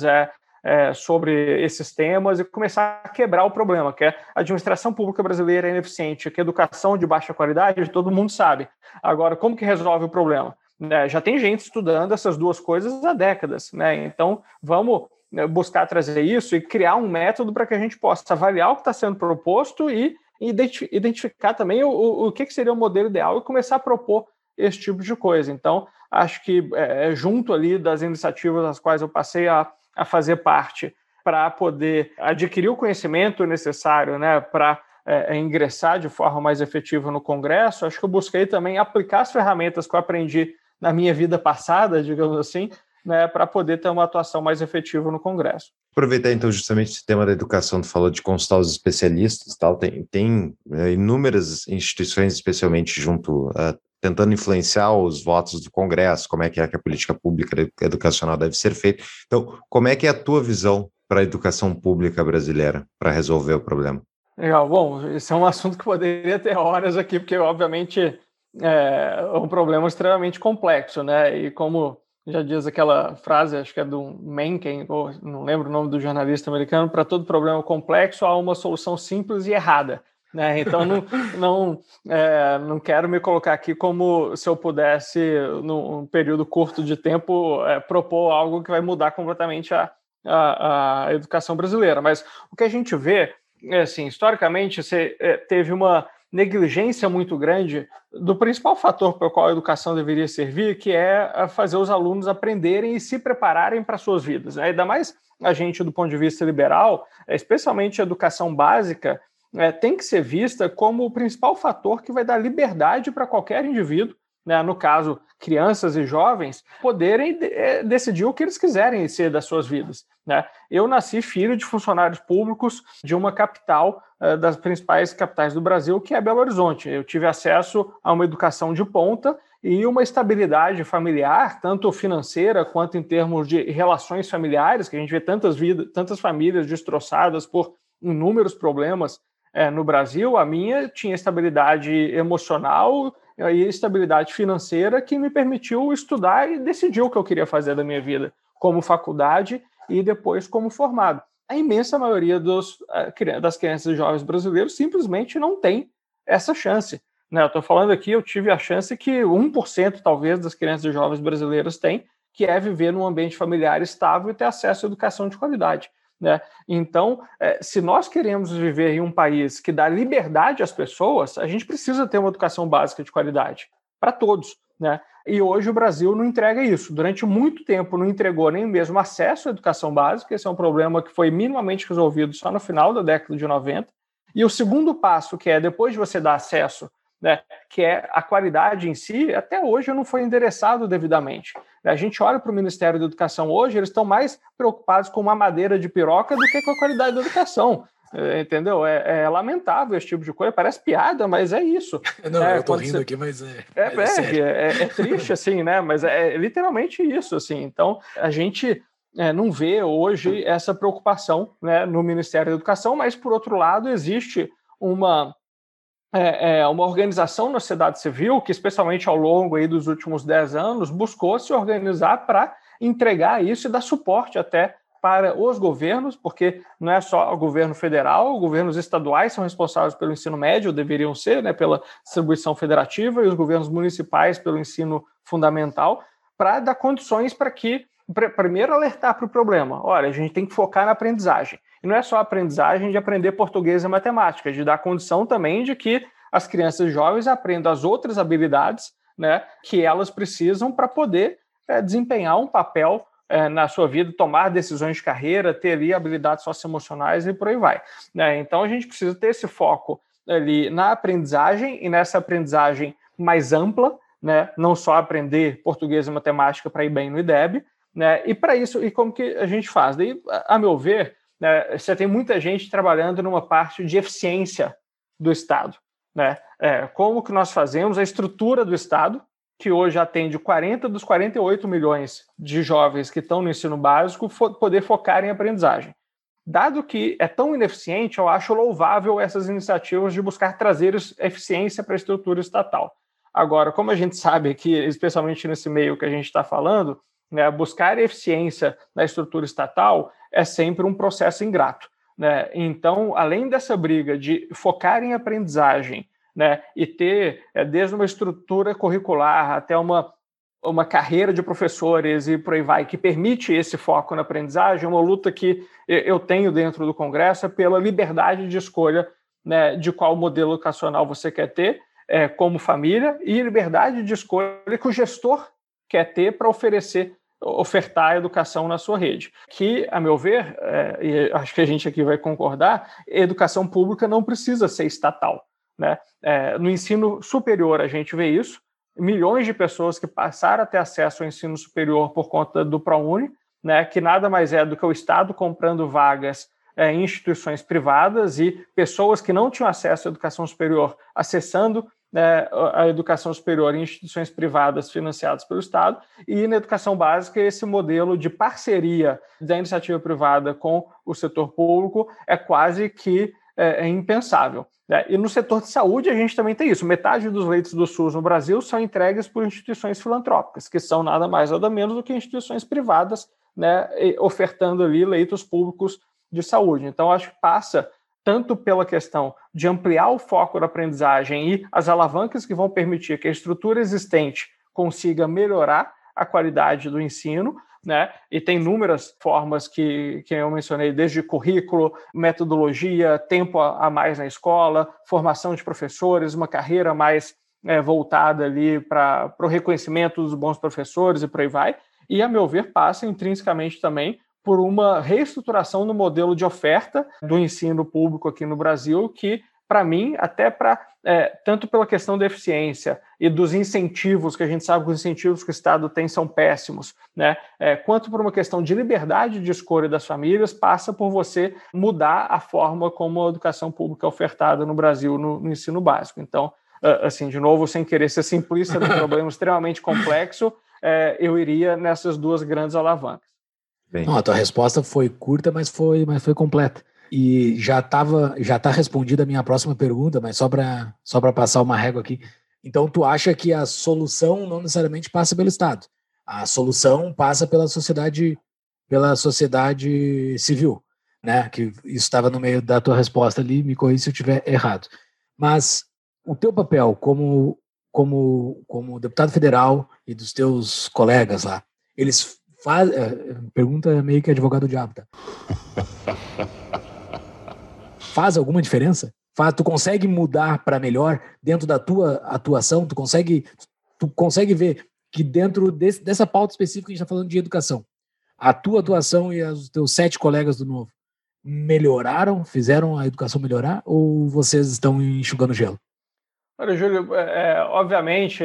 sobre esses temas e começar a quebrar o problema, que é a administração pública brasileira é ineficiente, que a educação de baixa qualidade, todo mundo sabe. Agora, como que resolve o problema? Já tem gente estudando essas 2 coisas há décadas, né? Então, vamos buscar trazer isso e criar um método para que a gente possa avaliar o que está sendo proposto e identificar também o que seria o modelo ideal e começar a propor esse tipo de coisa. Então, acho que junto ali das iniciativas das quais eu passei a fazer parte para poder adquirir o conhecimento necessário, né, para ingressar de forma mais efetiva no Congresso, acho que eu busquei também aplicar as ferramentas que eu aprendi na minha vida passada, digamos assim, né, para poder ter uma atuação mais efetiva no Congresso. Aproveitar, então, justamente esse tema da educação, tu falou de consultar os especialistas, tal, tem inúmeras instituições, especialmente junto tentando influenciar os votos do Congresso, como é que a política pública educacional deve ser feita. Então, como é que é a tua visão para a educação pública brasileira, para resolver o problema? Legal. Bom, esse é um assunto que poderia ter horas aqui, porque, obviamente, é um problema extremamente complexo, né? E como já diz aquela frase, acho que é do Mencken, ou não lembro o nome do jornalista americano, para todo problema complexo há uma solução simples e errada. Né? Então, não quero me colocar aqui como se eu pudesse, num período curto de tempo, propor algo que vai mudar completamente a educação brasileira. Mas o que a gente vê, assim, historicamente, você teve uma negligência muito grande do principal fator pelo qual a educação deveria servir, que é fazer os alunos aprenderem e se prepararem para suas vidas. Né? Ainda mais a gente, do ponto de vista liberal, especialmente a educação básica, tem que ser vista como o principal fator que vai dar liberdade para qualquer indivíduo, né, no caso, crianças e jovens, poderem decidir o que eles quiserem ser das suas vidas. Né? Eu nasci filho de funcionários públicos de uma capital, das principais capitais do Brasil, que é Belo Horizonte. Eu tive acesso a uma educação de ponta e uma estabilidade familiar, tanto financeira quanto em termos de relações familiares, que a gente vê tantas famílias destroçadas por inúmeros problemas no Brasil. A minha tinha estabilidade emocional e estabilidade financeira que me permitiu estudar e decidir o que eu queria fazer da minha vida, como faculdade e depois como formado. A imensa maioria das crianças e jovens brasileiros simplesmente não tem essa chance. Né? Eu estou falando aqui, eu tive a chance que 1% talvez das crianças e jovens brasileiras têm, que é viver num ambiente familiar estável e ter acesso à educação de qualidade. Né? Então, se nós queremos viver em um país que dá liberdade às pessoas, a gente precisa ter uma educação básica de qualidade para todos. Né? E hoje o Brasil não entrega isso. Durante muito tempo não entregou nem mesmo acesso à educação básica. Esse é um problema que foi minimamente resolvido só no final da década de 90. E o segundo passo, que é depois de você dar acesso, né, que é a qualidade em si, até hoje não foi endereçado devidamente. A gente olha para o Ministério da Educação hoje, eles estão mais preocupados com uma madeira de piroca do que com a qualidade da educação. Entendeu? É lamentável esse tipo de coisa, parece piada, mas é isso. Não, eu tô rindo aqui, mas é triste, assim, né? Mas é literalmente isso, assim. Então, a gente não vê hoje essa preocupação, né, no Ministério da Educação, mas, por outro lado, existe uma organização na sociedade civil que, especialmente ao longo aí dos últimos 10 anos, buscou se organizar para entregar isso e dar suporte até para os governos, porque não é só o governo federal, os governos estaduais são responsáveis pelo ensino médio, deveriam ser, né, pela distribuição federativa, e os governos municipais pelo ensino fundamental, para dar condições para que, primeiro, alertar para o problema. Olha, a gente tem que focar na aprendizagem. E não é só a aprendizagem de aprender português e matemática, de dar condição também de que as crianças jovens aprendam as outras habilidades, né, que elas precisam para poder desempenhar um papel na sua vida, tomar decisões de carreira, ter ali habilidades socioemocionais e por aí vai. Né? Então, a gente precisa ter esse foco ali na aprendizagem e nessa aprendizagem mais ampla, né? Não só aprender português e matemática para ir bem no IDEB, né? E para isso, e como que a gente faz? Daí, a meu ver, né, você tem muita gente trabalhando numa parte de eficiência do Estado. Né? Como que nós fazemos a estrutura do Estado, que hoje atende 40 dos 48 milhões de jovens que estão no ensino básico, poder focar em aprendizagem. Dado que é tão ineficiente, eu acho louvável essas iniciativas de buscar trazer eficiência para a estrutura estatal. Agora, como a gente sabe que, especialmente nesse meio que a gente está falando, né, buscar eficiência na estrutura estatal é sempre um processo ingrato. Né? Então, além dessa briga de focar em aprendizagem, né, e ter, desde uma estrutura curricular até uma carreira de professores e por aí vai, que permite esse foco na aprendizagem, uma luta que eu tenho dentro do Congresso é pela liberdade de escolha, né, de qual modelo educacional você quer ter como família e liberdade de escolha que o gestor quer ter para ofertar a educação na sua rede. Que, a meu ver, e acho que a gente aqui vai concordar, a educação pública não precisa ser estatal. Né? No ensino superior a gente vê isso, milhões de pessoas que passaram a ter acesso ao ensino superior por conta do ProUni, né, que nada mais é do que o Estado comprando vagas em instituições privadas e pessoas que não tinham acesso à educação superior acessando a educação superior em instituições privadas financiadas pelo Estado, e na educação básica esse modelo de parceria da iniciativa privada com o setor público é quase que impensável. E no setor de saúde a gente também tem isso. Metade dos leitos do SUS no Brasil são entregues por instituições filantrópicas, que são nada mais nada menos do que instituições privadas, né, ofertando ali leitos públicos de saúde. Então, acho que passa tanto pela questão de ampliar o foco da aprendizagem e as alavancas que vão permitir que a estrutura existente consiga melhorar a qualidade do ensino, né? E tem inúmeras formas que eu mencionei, desde currículo, metodologia, tempo a mais na escola, formação de professores, uma carreira mais voltada ali para o reconhecimento dos bons professores e por aí vai. E, a meu ver, passa intrinsecamente também por uma reestruturação no modelo de oferta do ensino público aqui no Brasil, que, para mim, até tanto pela questão da eficiência e dos incentivos, que a gente sabe que os incentivos que o Estado tem são péssimos, né? Quanto por uma questão de liberdade de escolha das famílias, passa por você mudar a forma como a educação pública é ofertada no Brasil no ensino básico. Então, assim, de novo, sem querer ser simplista num problema extremamente complexo, eu iria nessas duas grandes alavancas. Não, a tua resposta foi curta, mas foi completa. E já tá respondida a minha próxima pergunta, mas só para passar uma régua aqui. Então, tu acha que a solução não necessariamente passa pelo Estado? A solução passa pela sociedade civil, né? Que isso estava no meio da tua resposta ali, me corrija se eu estiver errado. Mas o teu papel como deputado federal e dos teus colegas lá, eles pergunta meio que advogado do diabo, tá? Faz alguma diferença? Tu consegue mudar para melhor dentro da tua atuação? Tu consegue ver que dentro dessa pauta específica que a gente está falando de educação, a tua atuação e os teus 7 colegas do Novo melhoraram, fizeram a educação melhorar, ou vocês estão enxugando gelo? Olha, Júlio, obviamente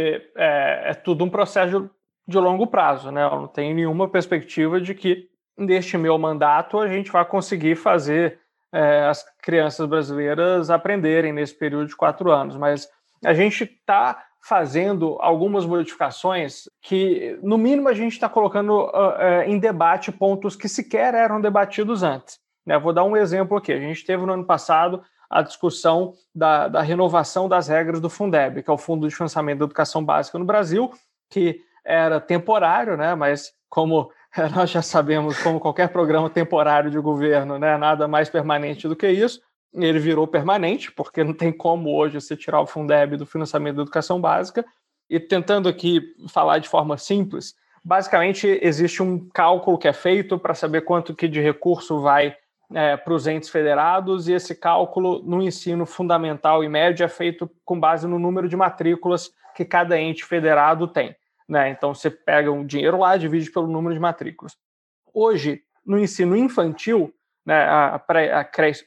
é tudo um processo de longo prazo, né? Eu não tenho nenhuma perspectiva de que neste meu mandato a gente vai conseguir fazer as crianças brasileiras aprenderem nesse período de 4 anos, mas a gente está fazendo algumas modificações que, no mínimo, a gente está colocando em debate pontos que sequer eram debatidos antes, né? Vou dar um exemplo aqui. A gente teve no ano passado a discussão da renovação das regras do Fundeb, que é o Fundo de Financiamento da Educação Básica no Brasil, que era temporário, né? Mas como nós já sabemos, como qualquer programa temporário de governo, né? Nada mais permanente do que isso, ele virou permanente, porque não tem como hoje você tirar o Fundeb do financiamento da educação básica. E tentando aqui falar de forma simples, basicamente existe um cálculo que é feito para saber quanto que de recurso vai para os entes federados, e esse cálculo no ensino fundamental e médio é feito com base no número de matrículas que cada ente federado tem, né? Então, você pega um dinheiro lá, divide pelo número de matrículas. Hoje, no ensino infantil, né, a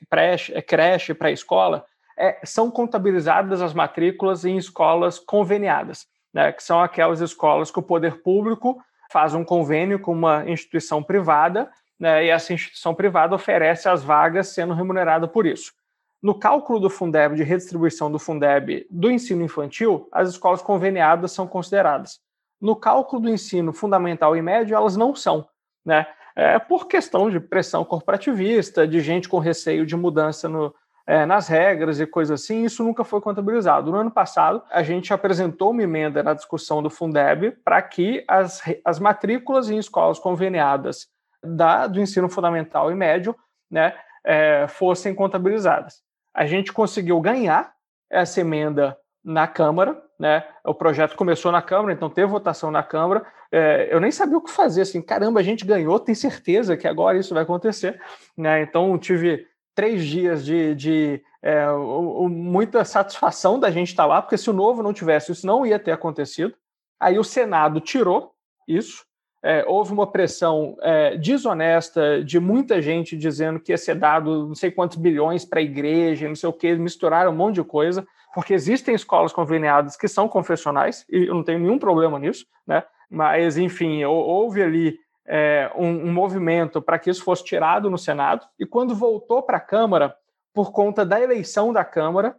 creche, pré-escola, são contabilizadas as matrículas em escolas conveniadas, né, que são aquelas escolas que o poder público faz um convênio com uma instituição privada, né, e essa instituição privada oferece as vagas sendo remunerada por isso. No cálculo do Fundeb, de redistribuição do Fundeb do ensino infantil, as escolas conveniadas são consideradas. No cálculo do ensino fundamental e médio, elas não são, né? Por questão de pressão corporativista, de gente com receio de mudança nas regras e coisas assim, isso nunca foi contabilizado. No ano passado, a gente apresentou uma emenda na discussão do Fundeb para que as matrículas em escolas conveniadas do ensino fundamental e médio, né, fossem contabilizadas. A gente conseguiu ganhar essa emenda na Câmara, né? O projeto começou na Câmara, então teve votação na Câmara. Eu nem sabia o que fazer, assim, caramba, a gente ganhou, tem certeza que agora isso vai acontecer, né? Então tive 3 dias de muita satisfação da gente estar lá, porque se o Novo não tivesse, isso não ia ter acontecido. Aí o Senado tirou isso. Houve uma pressão desonesta de muita gente dizendo que ia ser dado não sei quantos bilhões para a igreja, não sei o que, misturaram um monte de coisa, porque existem escolas conveniadas que são confessionais, e eu não tenho nenhum problema nisso, né? Mas, enfim, houve ali um movimento para que isso fosse tirado no Senado, e quando voltou para a Câmara, por conta da eleição da Câmara,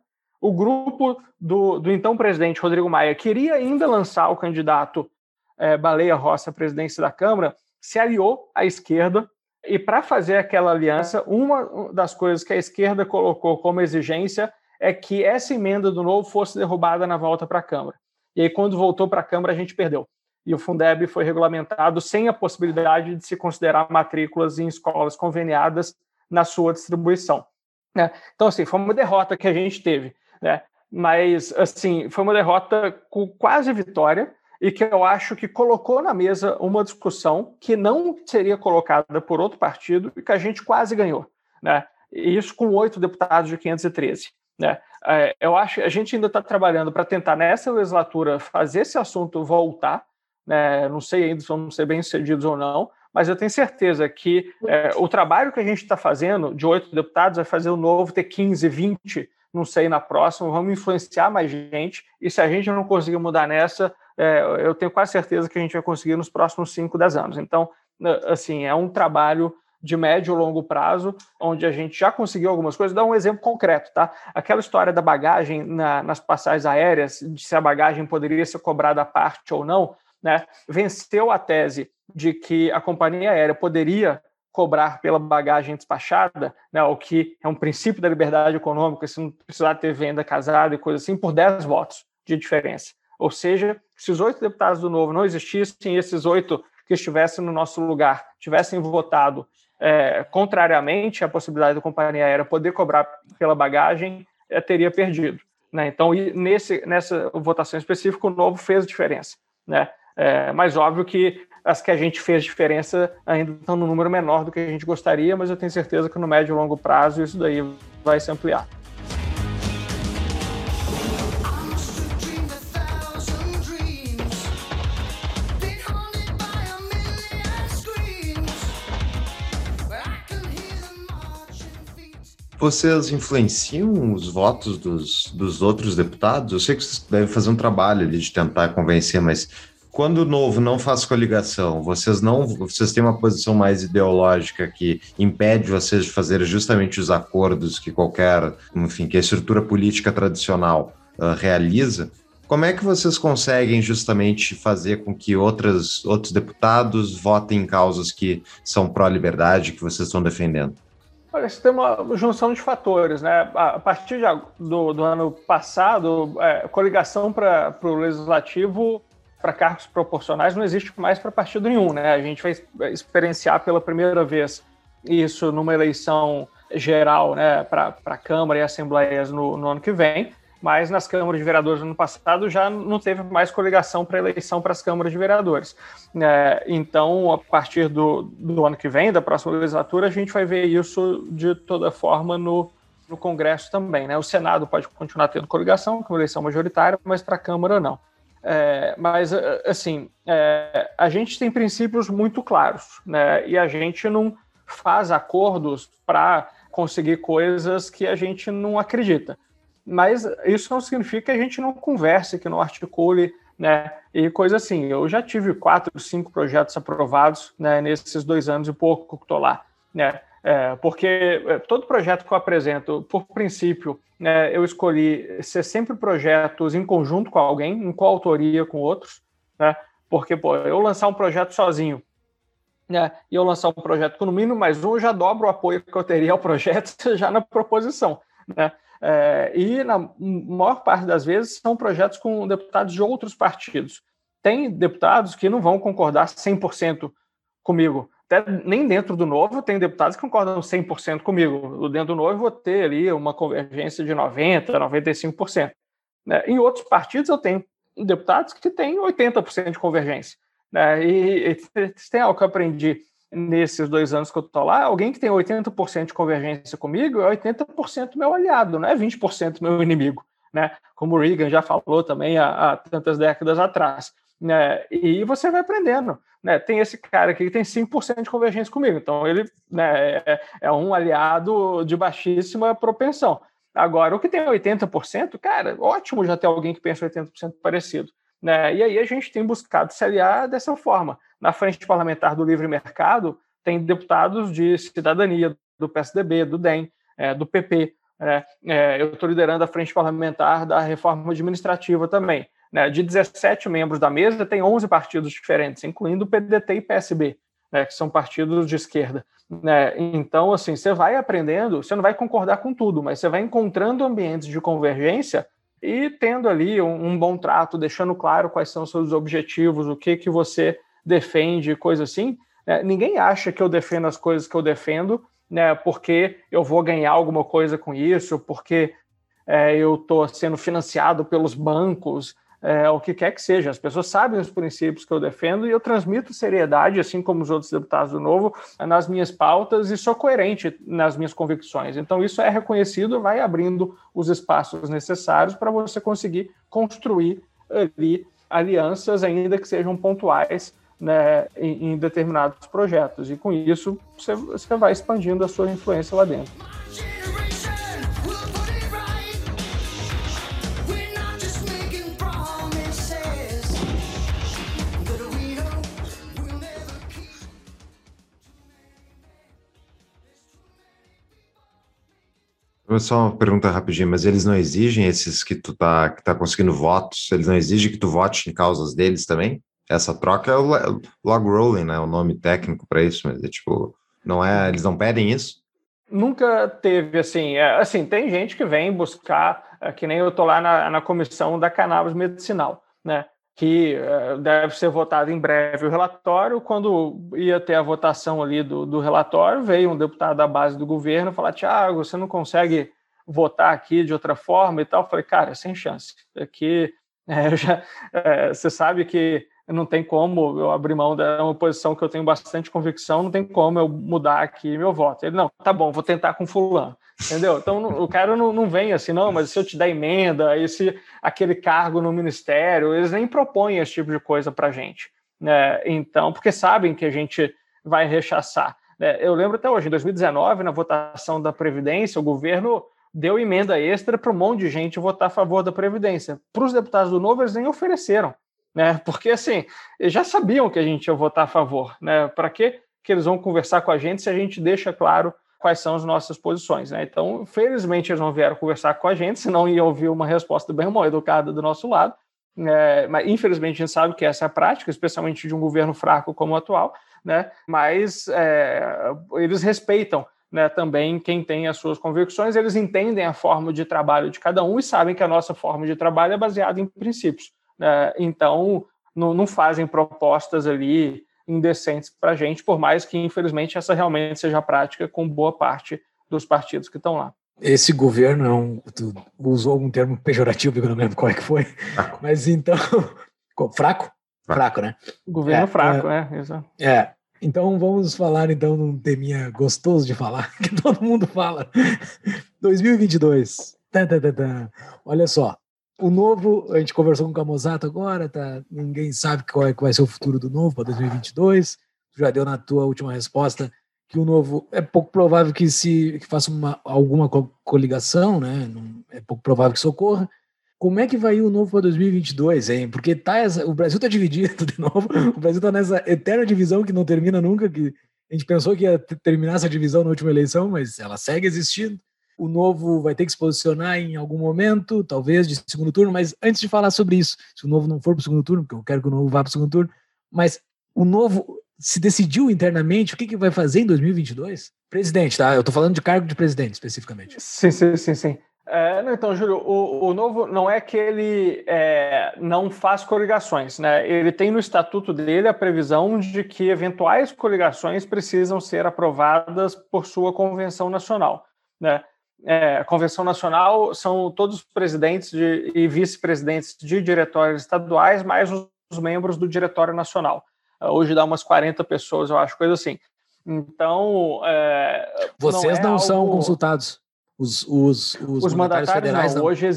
o grupo do então presidente Rodrigo Maia queria ainda lançar o candidato Baleia Rossi à presidência da Câmara, se aliou à esquerda, e para fazer aquela aliança, uma das coisas que a esquerda colocou como exigência é que essa emenda do Novo fosse derrubada na volta para a Câmara. E aí, quando voltou para a Câmara, a gente perdeu. E o Fundeb foi regulamentado sem a possibilidade de se considerar matrículas em escolas conveniadas na sua distribuição. Né? Então, assim, foi uma derrota que a gente teve, né? Mas, assim, foi uma derrota com quase vitória e que eu acho que colocou na mesa uma discussão que não seria colocada por outro partido e que a gente quase ganhou, né? E isso com 8 deputados de 513. Né? Eu acho que a gente ainda está trabalhando para tentar, nessa legislatura, fazer esse assunto voltar. Né? Não sei ainda se vamos ser bem-sucedidos ou não, mas eu tenho certeza que o trabalho que a gente está fazendo, de 8 deputados, vai fazer o Novo ter 15, 20, não sei, na próxima, vamos influenciar mais gente, e se a gente não conseguir mudar nessa, eu tenho quase certeza que a gente vai conseguir nos próximos 5, 10 anos. Então, assim, é um trabalho de médio ou longo prazo, onde a gente já conseguiu algumas coisas. Dá um exemplo concreto, tá? Aquela história da bagagem nas passagens aéreas, de se a bagagem poderia ser cobrada à parte ou não, né? Venceu a tese de que a companhia aérea poderia cobrar pela bagagem despachada, né, o que é um princípio da liberdade econômica, se não precisar ter venda casada e coisa assim, por 10 votos de diferença. Ou seja, se os 8 deputados do Novo não existissem, esses 8 que estivessem no nosso lugar tivessem votado contrariamente à possibilidade da companhia aérea poder cobrar pela bagagem, teria perdido. Né? Então, nessa votação específica, o Novo fez diferença. Né? Mas óbvio que as que a gente fez diferença ainda estão no número menor do que a gente gostaria, mas eu tenho certeza que no médio e longo prazo isso daí vai se ampliar. Vocês influenciam os votos dos outros deputados? Eu sei que vocês devem fazer um trabalho ali de tentar convencer, mas quando o Novo não faz coligação, vocês têm uma posição mais ideológica que impede vocês de fazer justamente os acordos que que a estrutura política tradicional realiza. Como é que vocês conseguem justamente fazer com que outros deputados votem em causas que são pró-liberdade, que vocês estão defendendo? Olha, isso tem uma junção de fatores, né? A partir do ano passado, coligação para o legislativo, para cargos proporcionais, não existe mais para partido nenhum, né? A gente vai experienciar pela primeira vez isso numa eleição geral, né, para a Câmara e Assembleias no ano que vem, mas nas câmaras de vereadores no ano passado já não teve mais coligação para eleição para as câmaras de vereadores. Então, a partir do ano que vem, da próxima legislatura, a gente vai ver isso de toda forma no Congresso também. Né? O Senado pode continuar tendo coligação, com eleição majoritária, mas para a Câmara não. Mas, assim, a gente tem princípios muito claros, né? E a gente não faz acordos para conseguir coisas que a gente não acredita. Mas isso não significa que a gente não converse, que não articule, né, e coisa assim. Eu já tive 4, 5 projetos aprovados, né, nesses 2 anos e pouco que estou lá. Né, porque todo projeto que eu apresento, por princípio, né, eu escolhi ser sempre projetos em conjunto com alguém, em coautoria com outros, né, porque eu lançar um projeto sozinho, né, e eu lançar um projeto com no mínimo mais um, eu já dobro o apoio que eu teria ao projeto já na proposição, né? E na maior parte das vezes são projetos com deputados de outros partidos. Tem deputados que não vão concordar 100% comigo. Até nem dentro do Novo tem deputados que concordam 100% comigo. Dentro do Novo eu vou ter ali uma convergência de 90%, 95%. Em outros partidos eu tenho deputados que têm 80% de convergência. E tem algo que eu aprendi nesses 2 anos que eu estou lá, alguém que tem 80% de convergência comigo é 80% meu aliado, não é 20% meu inimigo, né? Como o Reagan já falou também há tantas décadas atrás. Né? E você vai aprendendo. Né? Tem esse cara aqui que tem 5% de convergência comigo, então ele, né, é um aliado de baixíssima propensão. Agora, o que tem 80%, cara, ótimo já ter alguém que pensa 80% parecido. Né? E aí a gente tem buscado se aliar dessa forma. Na frente parlamentar do livre mercado, tem deputados de cidadania, do PSDB, do DEM, do PP, Eu estou liderando a frente parlamentar da reforma administrativa também. De 17 membros da mesa, tem 11 partidos diferentes, incluindo o PDT e PSB, que são partidos de esquerda. Então, assim, você vai aprendendo, você não vai concordar com tudo, mas você vai encontrando ambientes de convergência e tendo ali um bom trato, deixando claro quais são os seus objetivos, o que você defende, coisa assim. Ninguém acha que eu defendo as coisas que eu defendo, porque eu vou ganhar alguma coisa com isso, porque eu estou sendo financiado pelos bancos, o que quer que seja. As pessoas sabem os princípios que eu defendo e eu transmito seriedade, assim como os outros deputados do Novo, nas minhas pautas e sou coerente nas minhas convicções. Então, isso é reconhecido, vai abrindo os espaços necessários para você conseguir construir ali alianças, ainda que sejam pontuais, em determinados projetos. E com isso, você vai expandindo a sua influência lá dentro. Só uma pergunta rapidinho, mas eles não exigem, esses que tu que tá conseguindo votos, eles não exigem que tu vote em causas deles também? Essa troca é o log rolling, né? O nome técnico para isso, mas eles não pedem isso? Nunca teve, assim, tem gente que vem buscar, que nem eu tô lá na comissão da cannabis medicinal, que deve ser votado em breve o relatório. Quando ia ter a votação ali do relatório, veio um deputado da base do governo falar: Thiago, você não consegue votar aqui de outra forma e tal? Eu falei: cara, sem chance. Aqui, você sabe que não tem como eu abrir mão de uma posição que eu tenho bastante convicção, não tem como eu mudar aqui meu voto. Ele: não, tá bom, vou tentar com fulano. Entendeu? Então, o cara não vem assim, não, mas se eu te der emenda, e se aquele cargo no ministério, eles nem propõem esse tipo de coisa para a gente. Então, porque sabem que a gente vai rechaçar. Eu lembro até hoje, em 2019, na votação da Previdência, o governo deu emenda extra para um monte de gente votar a favor da Previdência. Para os deputados do Novo, eles nem ofereceram. Porque, assim, eles já sabiam que a gente ia votar a favor. Para que eles vão conversar com a gente se a gente deixa claro quais são as nossas posições? Então, felizmente, eles não vieram conversar com a gente, senão ia ouvir uma resposta bem mal educada do nosso lado. Mas, infelizmente, a gente sabe que essa é a prática, especialmente de um governo fraco como o atual, mas eles respeitam também quem tem as suas convicções, eles entendem a forma de trabalho de cada um e sabem que a nossa forma de trabalho é baseada em princípios. Então, não fazem propostas ali indecentes para a gente, por mais que, infelizmente, essa realmente seja a prática com boa parte dos partidos que estão lá. Esse governo, tu usou algum termo pejorativo, eu não lembro qual é que foi, mas então... Fraco? Fraco, né? Governo fraco, exato. Então vamos falar então num teminha gostoso de falar, que todo mundo fala. 2022. Olha só. O Novo, a gente conversou com o Camozzato agora, ninguém sabe qual é que vai ser o futuro do Novo para 2022. Tu já deu na tua última resposta que o Novo é pouco provável que faça alguma coligação, é pouco provável que isso ocorra. Como é que vai ir o Novo para 2022, hein? Porque o Brasil está dividido de novo, o Brasil está nessa eterna divisão que não termina nunca, que a gente pensou que ia terminar essa divisão na última eleição, mas ela segue existindo. O Novo vai ter que se posicionar em algum momento, talvez de segundo turno, mas antes de falar sobre isso, se o Novo não for para o segundo turno, porque eu quero que o Novo vá para o segundo turno, mas o Novo se decidiu internamente o que vai fazer em 2022? Presidente, tá? Eu estou falando de cargo de presidente, especificamente. Sim. Então, Júlio, o Novo não é que ele não faz coligações, Ele tem no estatuto dele a previsão de que eventuais coligações precisam ser aprovadas por sua convenção nacional, A Convenção Nacional são todos os presidentes e vice-presidentes de diretórios estaduais, mais os membros do Diretório Nacional. Hoje dá umas 40 pessoas, eu acho, coisa assim. Então... Vocês não são consultados? Os mandatários federais não? Hoje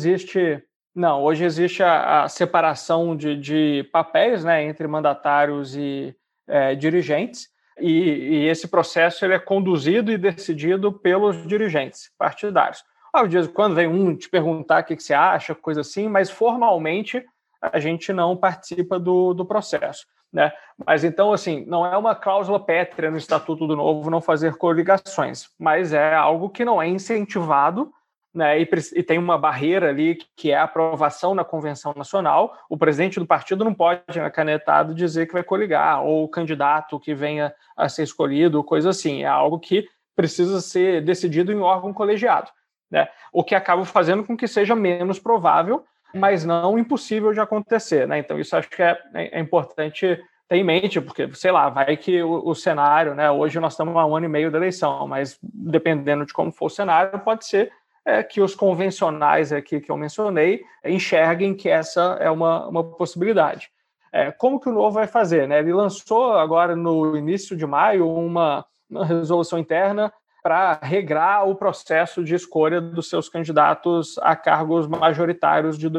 existe a separação de papéis, entre mandatários e dirigentes. E esse processo ele é conduzido e decidido pelos dirigentes partidários. De vez em quando vem te perguntar o que você acha, coisa assim, mas formalmente a gente não participa do processo. Mas então, assim, não é uma cláusula pétrea no Estatuto do Novo não fazer coligações, mas é algo que não é incentivado, né, e tem uma barreira ali que é a aprovação na convenção nacional. O presidente do partido não pode, canetado, dizer que vai coligar, ou o candidato que venha a ser escolhido, coisa assim. É algo que precisa ser decidido em órgão colegiado, né? O que acaba fazendo com que seja menos provável, mas não impossível de acontecer, né? Então isso acho que é importante ter em mente, porque, sei lá, vai que o cenário, né? Hoje nós estamos há 1 ano e meio da eleição, mas dependendo de como for o cenário, pode ser que os convencionais aqui que eu mencionei enxerguem que essa é uma possibilidade. Como que o Novo vai fazer, né? Ele lançou agora no início de maio uma resolução interna para regrar o processo de escolha dos seus candidatos a cargos majoritários de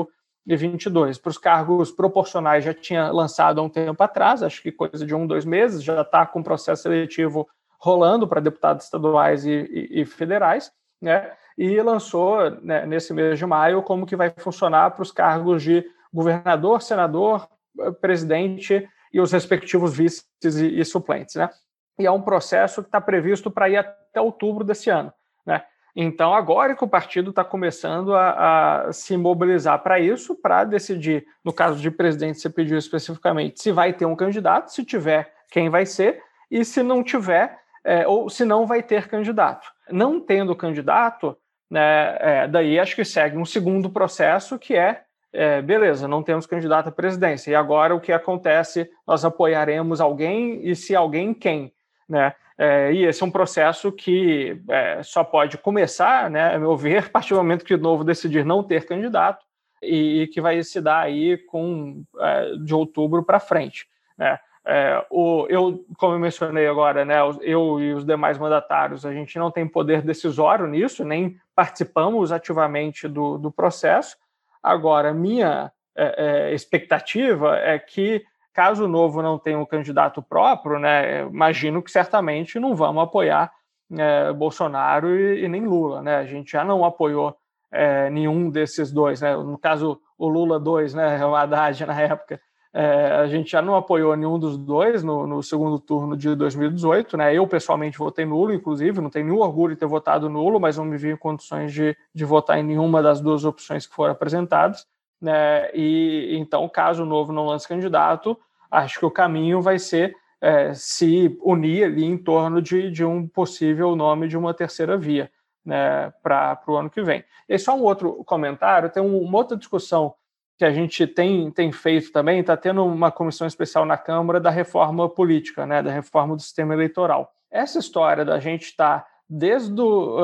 2022. Para os cargos proporcionais já tinha lançado há um tempo atrás, acho que coisa de 1, 2 meses, já está com o processo seletivo rolando para deputados estaduais e federais, né? E lançou, né, nesse mês de maio, como que vai funcionar para os cargos de governador, senador, presidente e os respectivos vices e suplentes, né? E é um processo que está previsto para ir até outubro desse ano, né? Então, agora que o partido está começando a se mobilizar para isso, para decidir, no caso de presidente, você pediu especificamente, se vai ter um candidato, se tiver, quem vai ser, e se não tiver, ou se não vai ter candidato. Não tendo candidato, né, daí acho que segue um segundo processo, que beleza, não temos candidato à presidência, e agora o que acontece? Nós apoiaremos alguém, e se alguém, quem? Né? E esse é um processo que só pode começar, né, a meu ver, a partir do momento que o Novo decidir não ter candidato, e que vai se dar aí de outubro para frente, né? Como eu mencionei agora, né, eu e os demais mandatários, a gente não tem poder decisório nisso, nem participamos ativamente do processo. Agora, minha expectativa é que, caso o Novo não tenha um candidato próprio, né, imagino que certamente não vamos apoiar Bolsonaro e nem Lula, né? A gente já não apoiou nenhum desses dois, né? No caso, o Lula 2, né, o Haddad na época, a gente já não apoiou nenhum dos dois no segundo turno de 2018, né? Eu, pessoalmente, votei nulo, inclusive, não tenho nenhum orgulho de ter votado nulo, mas não me vi em condições de votar em nenhuma das duas opções que foram apresentadas, né? E então, caso o Novo não lance candidato, acho que o caminho vai ser se unir ali em torno de um possível nome de uma terceira via, né, para o ano que vem. E só um outro comentário, tem uma outra discussão que a gente tem feito também, está tendo uma comissão especial na Câmara da reforma política, né, da reforma do sistema eleitoral. Essa história da gente estar desde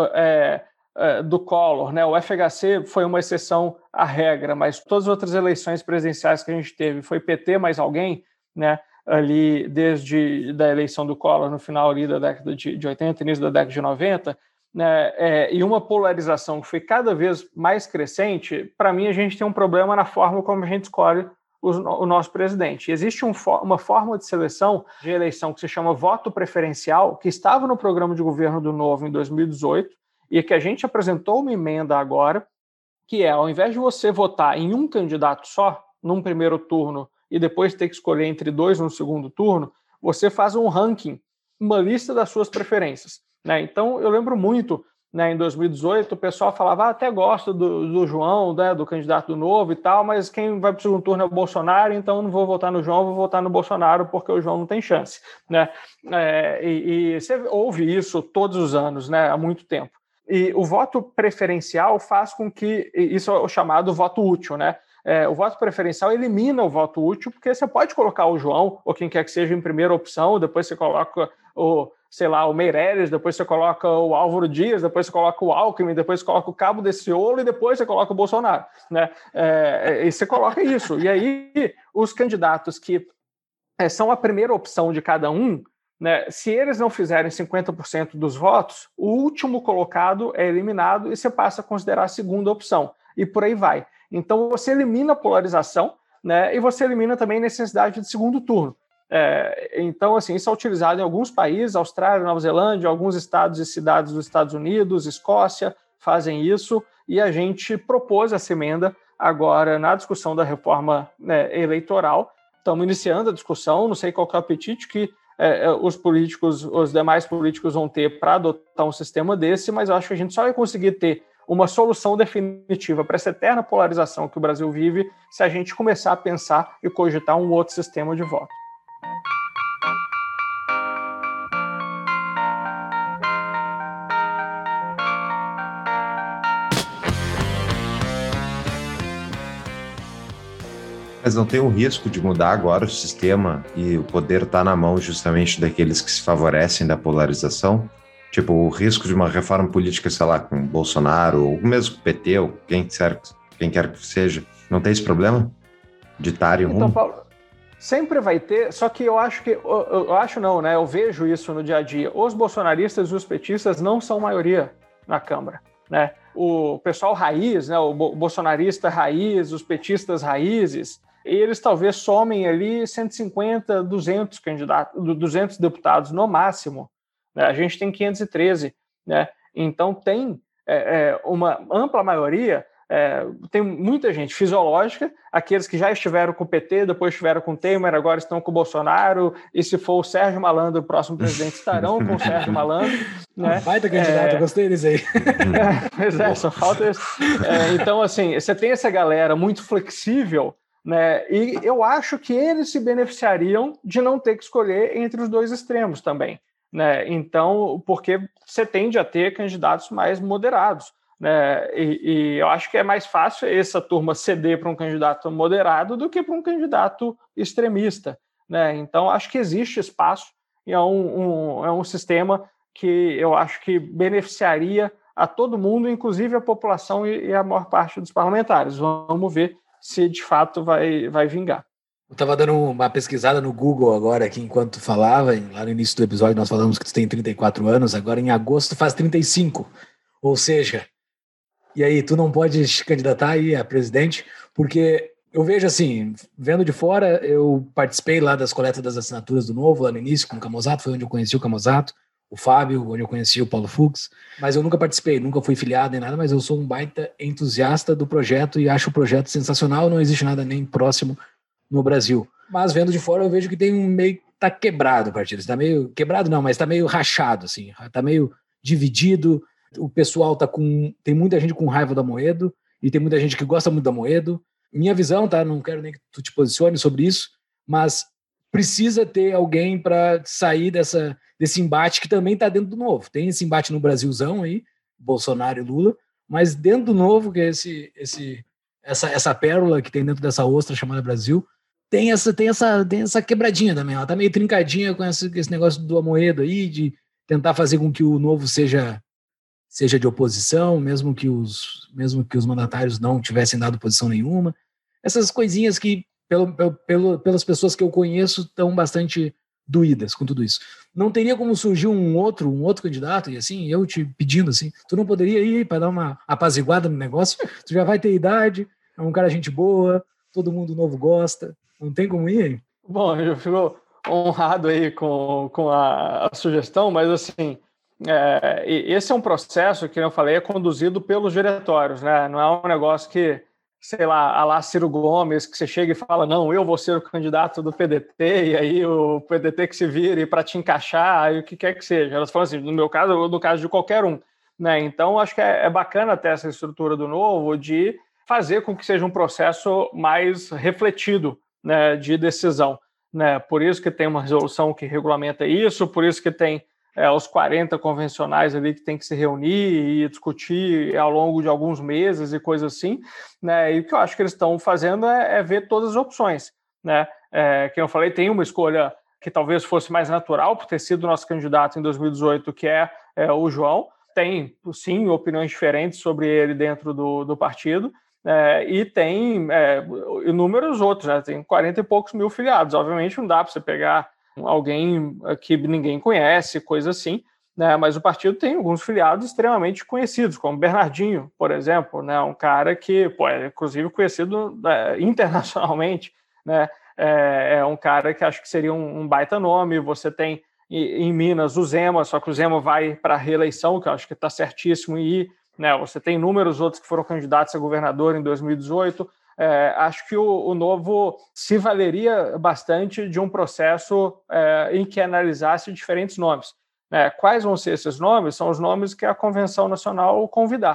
do Collor, né, o FHC foi uma exceção à regra, mas todas as outras eleições presidenciais que a gente teve foi PT mais alguém, né, ali desde da eleição do Collor no final ali da década de 80, início da década de 90, né, e uma polarização que foi cada vez mais crescente. Para mim, a gente tem um problema na forma como a gente escolhe o nosso presidente. Existe uma forma de seleção de eleição que se chama voto preferencial, que estava no programa de governo do Novo em 2018 e que a gente apresentou uma emenda agora, que ao invés de você votar em um candidato só, num primeiro turno, e depois ter que escolher entre 2 no segundo turno, você faz um ranking, uma lista das suas preferências, né? Então, eu lembro muito, né, em 2018, o pessoal falava, até gosto do João, né, do candidato do Novo e tal, mas quem vai para o segundo turno é o Bolsonaro, então não vou votar no João, vou votar no Bolsonaro, porque o João não tem chance, né? E você ouve isso todos os anos, né, há muito tempo. E o voto preferencial faz com que, isso é o chamado voto útil, né? O voto preferencial elimina o voto útil, porque você pode colocar o João, ou quem quer que seja, em primeira opção, depois você coloca o Meirelles, depois você coloca o Álvaro Dias, depois você coloca o Alckmin, depois você coloca o Cabo Daciolo e depois você coloca o Bolsonaro, né? E você coloca isso. E aí, os candidatos que são a primeira opção de cada um, né, se eles não fizerem 50% dos votos, o último colocado é eliminado e você passa a considerar a segunda opção. E por aí vai. Então, você elimina a polarização, né, e você elimina também a necessidade de segundo turno. Então, assim, isso é utilizado em alguns países, Austrália, Nova Zelândia, alguns estados e cidades dos Estados Unidos, Escócia, fazem isso, e a gente propôs essa emenda agora na discussão da reforma, né, eleitoral. Estamos iniciando a discussão, não sei qual que é o apetite que os demais políticos vão ter para adotar um sistema desse, mas eu acho que a gente só vai conseguir ter uma solução definitiva para essa eterna polarização que o Brasil vive se a gente começar a pensar e cogitar um outro sistema de voto. Mas não tem um risco de mudar agora o sistema e o poder está na mão justamente daqueles que se favorecem da polarização? Tipo, o risco de uma reforma política, sei lá, com Bolsonaro, ou mesmo com o PT, ou quem quer que seja, não tem esse problema de estar em rumo? Então, Paulo, sempre vai ter, só que eu vejo isso no dia a dia. Os bolsonaristas e os petistas não são maioria na Câmara, né? O pessoal raiz, né, o bolsonarista raiz, os petistas raízes, eles talvez somem ali 150, 200 candidatos, 200 deputados no máximo. Né? A gente tem 513, né? Então tem uma ampla maioria, tem muita gente fisiológica, aqueles que já estiveram com o PT, depois estiveram com o Temer, agora estão com o Bolsonaro, e se for o Sérgio Malandro, o próximo presidente, estarão com o Sérgio Malandro. Né? Baita candidato, eu gostei desse aí. Pois é, só falta isso. Então, assim, você tem essa galera muito flexível, né? E eu acho que eles se beneficiariam de não ter que escolher entre os dois extremos também. Né? Então, porque você tende a ter candidatos mais moderados. Né? E eu acho que é mais fácil essa turma ceder para um candidato moderado do que para um candidato extremista. Né? Então, acho que existe espaço e é um sistema que eu acho que beneficiaria a todo mundo, inclusive a população e a maior parte dos parlamentares. Vamos ver se de fato vai vingar. Eu estava dando uma pesquisada no Google agora, aqui enquanto tu falava, lá no início do episódio nós falamos que tu tem 34 anos, agora em agosto tu faz 35. Ou seja, e aí tu não pode te candidatar aí a presidente, porque eu vejo assim, vendo de fora, eu participei lá das coletas das assinaturas do Novo, lá no início, com o Camozzato, foi onde eu conheci o Camozzato, o Fábio, onde eu conheci o Paulo Fux, mas eu nunca participei, nunca fui filiado nem nada, mas eu sou um baita entusiasta do projeto e acho o projeto sensacional, não existe nada nem próximo no Brasil. Mas vendo de fora eu vejo que tem meio, tá quebrado o partido, tá meio, quebrado não, mas tá meio rachado, assim, tá meio dividido, o pessoal tem muita gente com raiva do Amoedo e tem muita gente que gosta muito do Amoedo. Minha visão, tá, não quero nem que tu te posicione sobre isso, mas precisa ter alguém para sair desse embate que também está dentro do Novo. Tem esse embate no Brasilzão aí, Bolsonaro e Lula, mas dentro do Novo, que é essa pérola que tem dentro dessa ostra chamada Brasil, tem essa quebradinha também. Ela está meio trincadinha com esse negócio do Amoedo aí, de tentar fazer com que o Novo seja de oposição, mesmo que os mandatários não tivessem dado posição nenhuma. Essas coisinhas que pelas pessoas que eu conheço, estão bastante doídas com tudo isso. Não teria como surgir um outro candidato, e assim, eu te pedindo assim, tu não poderia ir para dar uma apaziguada no negócio? Tu já vai ter idade, é um cara gente boa, todo mundo novo gosta, não tem como ir? Bom, eu fico honrado aí com a sugestão, mas assim, esse é um processo que eu falei, é conduzido pelos diretórios, né? Não é um negócio que, sei lá, a lá Ciro Gomes, que você chega e fala, não, eu vou ser o candidato do PDT, e aí o PDT que se vire para te encaixar, e o que quer que seja. Elas falam assim, no meu caso, ou no caso de qualquer um. Né? Então, acho que é bacana ter essa estrutura do Novo de fazer com que seja um processo mais refletido, né, de decisão. Né? Por isso que tem uma resolução que regulamenta isso, por isso que tem os 40 convencionais ali que tem que se reunir e discutir ao longo de alguns meses e coisas assim, né? E o que eu acho que eles estão fazendo é ver todas as opções, né? Que eu falei, tem uma escolha que talvez fosse mais natural por ter sido nosso candidato em 2018, que é o João. Tem, sim, opiniões diferentes sobre ele dentro do partido, e tem inúmeros outros, né? Tem 40 e poucos mil filiados. Obviamente não dá para você pegar alguém que ninguém conhece, coisa assim, né? Mas o partido tem alguns filiados extremamente conhecidos, como Bernardinho, por exemplo, né? Um cara que é inclusive conhecido internacionalmente, né? É um cara que acho que seria um baita nome. Você tem em Minas o Zema, só que o Zema vai para a reeleição, que eu acho que está certíssimo em ir, né? Você tem inúmeros outros que foram candidatos a governador em 2018. Acho que o Novo se valeria bastante de um processo em que analisasse diferentes nomes. Quais vão ser esses nomes? São os nomes que a Convenção Nacional convidar.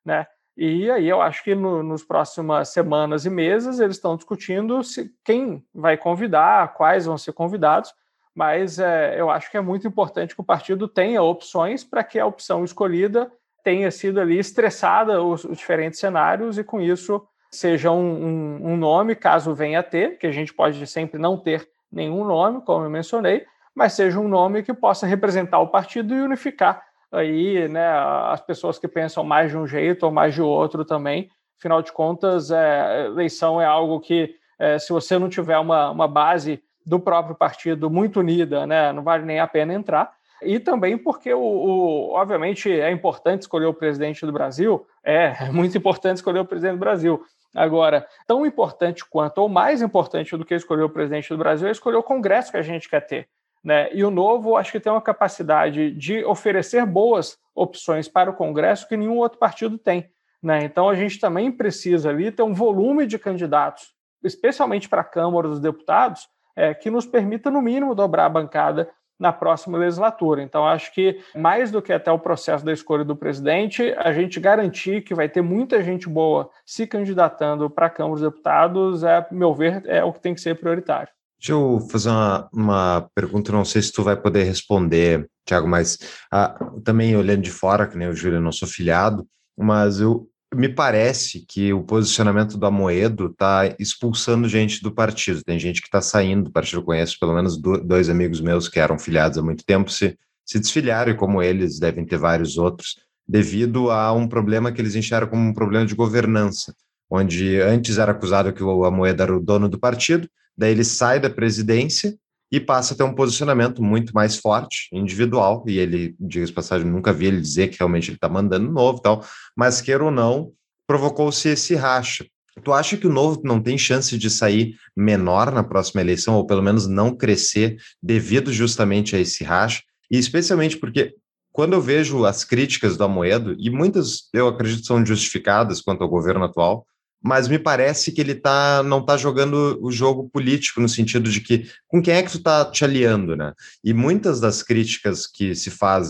né? E aí eu acho que nos próximas semanas e meses eles estão discutindo quem vai convidar, quais vão ser convidados, mas eu acho que é muito importante que o partido tenha opções para que a opção escolhida tenha sido ali estressada os diferentes cenários e com isso seja um nome, caso venha a ter, que a gente pode sempre não ter nenhum nome, como eu mencionei, mas seja um nome que possa representar o partido e unificar aí, né, as pessoas que pensam mais de um jeito ou mais de outro também. Afinal de contas, eleição é algo que, se você não tiver uma base do próprio partido muito unida, né, não vale nem a pena entrar. E também porque, obviamente, é importante escolher o presidente do Brasil, é muito importante escolher o presidente do Brasil. Agora, tão importante quanto, ou mais importante do que escolher o presidente do Brasil, é escolher o Congresso que a gente quer ter, né? E o Novo, acho que tem uma capacidade de oferecer boas opções para o Congresso que nenhum outro partido tem, né? Então, a gente também precisa ali ter um volume de candidatos, especialmente para a Câmara dos Deputados, que nos permita, no mínimo, dobrar a bancada na próxima legislatura. Então, acho que, mais do que até o processo da escolha do presidente, a gente garantir que vai ter muita gente boa se candidatando para a Câmara dos Deputados, a meu ver, é o que tem que ser prioritário. Deixa eu fazer uma pergunta, não sei se tu vai poder responder, Thiago, mas também olhando de fora, que nem o Júlio, eu não sou filiado, mas me parece que o posicionamento do Amoedo está expulsando gente do partido. Tem gente que está saindo do partido. Eu conheço pelo menos dois amigos meus que eram filiados há muito tempo, se desfiliaram, e como eles, devem ter vários outros, devido a um problema que eles enxergam como um problema de governança, onde antes era acusado que o Amoedo era o dono do partido, daí ele sai da presidência e passa a ter um posicionamento muito mais forte, individual, e ele, diga-se de passagem, nunca vi ele dizer que realmente ele está mandando novo e tal, mas queira ou não, provocou-se esse racha. Tu acha que o Novo não tem chance de sair menor na próxima eleição, ou pelo menos não crescer devido justamente a esse racha? E especialmente porque quando eu vejo as críticas do Amoedo, e muitas eu acredito são justificadas quanto ao governo atual, mas me parece que ele não está jogando o jogo político, no sentido de que com quem é que tu está te aliando, né? E muitas das críticas que se faz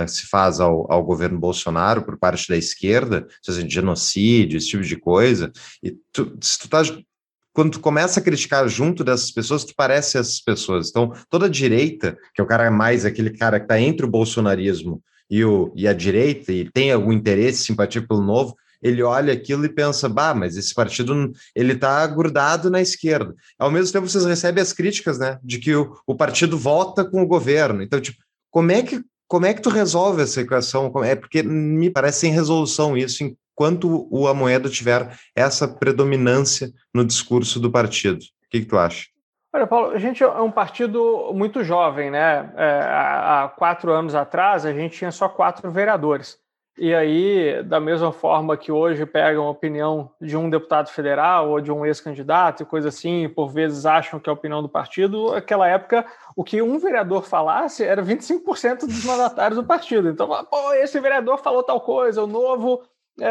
ao governo Bolsonaro por parte da esquerda, seja genocídio, esse tipo de coisa, e quando tu começa a criticar junto dessas pessoas, tu parece essas pessoas. Então, toda a direita, que é o cara mais aquele cara que está entre o bolsonarismo e a direita, e tem algum interesse, simpatia pelo Novo, ele olha aquilo e pensa, mas esse partido ele está grudado na esquerda. Ao mesmo tempo, vocês recebem as críticas, né, de que o partido vota com o governo. Então, tipo, como é que tu resolve essa equação? É porque me parece sem resolução isso, enquanto o Amoedo tiver essa predominância no discurso do partido. O que tu acha? Olha, Paulo, a gente é um partido muito jovem, né? Há 4 anos atrás, a gente tinha só 4 vereadores. E aí, da mesma forma que hoje pegam a opinião de um deputado federal ou de um ex-candidato e coisa assim, por vezes acham que é a opinião do partido, naquela época, o que um vereador falasse era 25% dos mandatários do partido. Então, esse vereador falou tal coisa, o Novo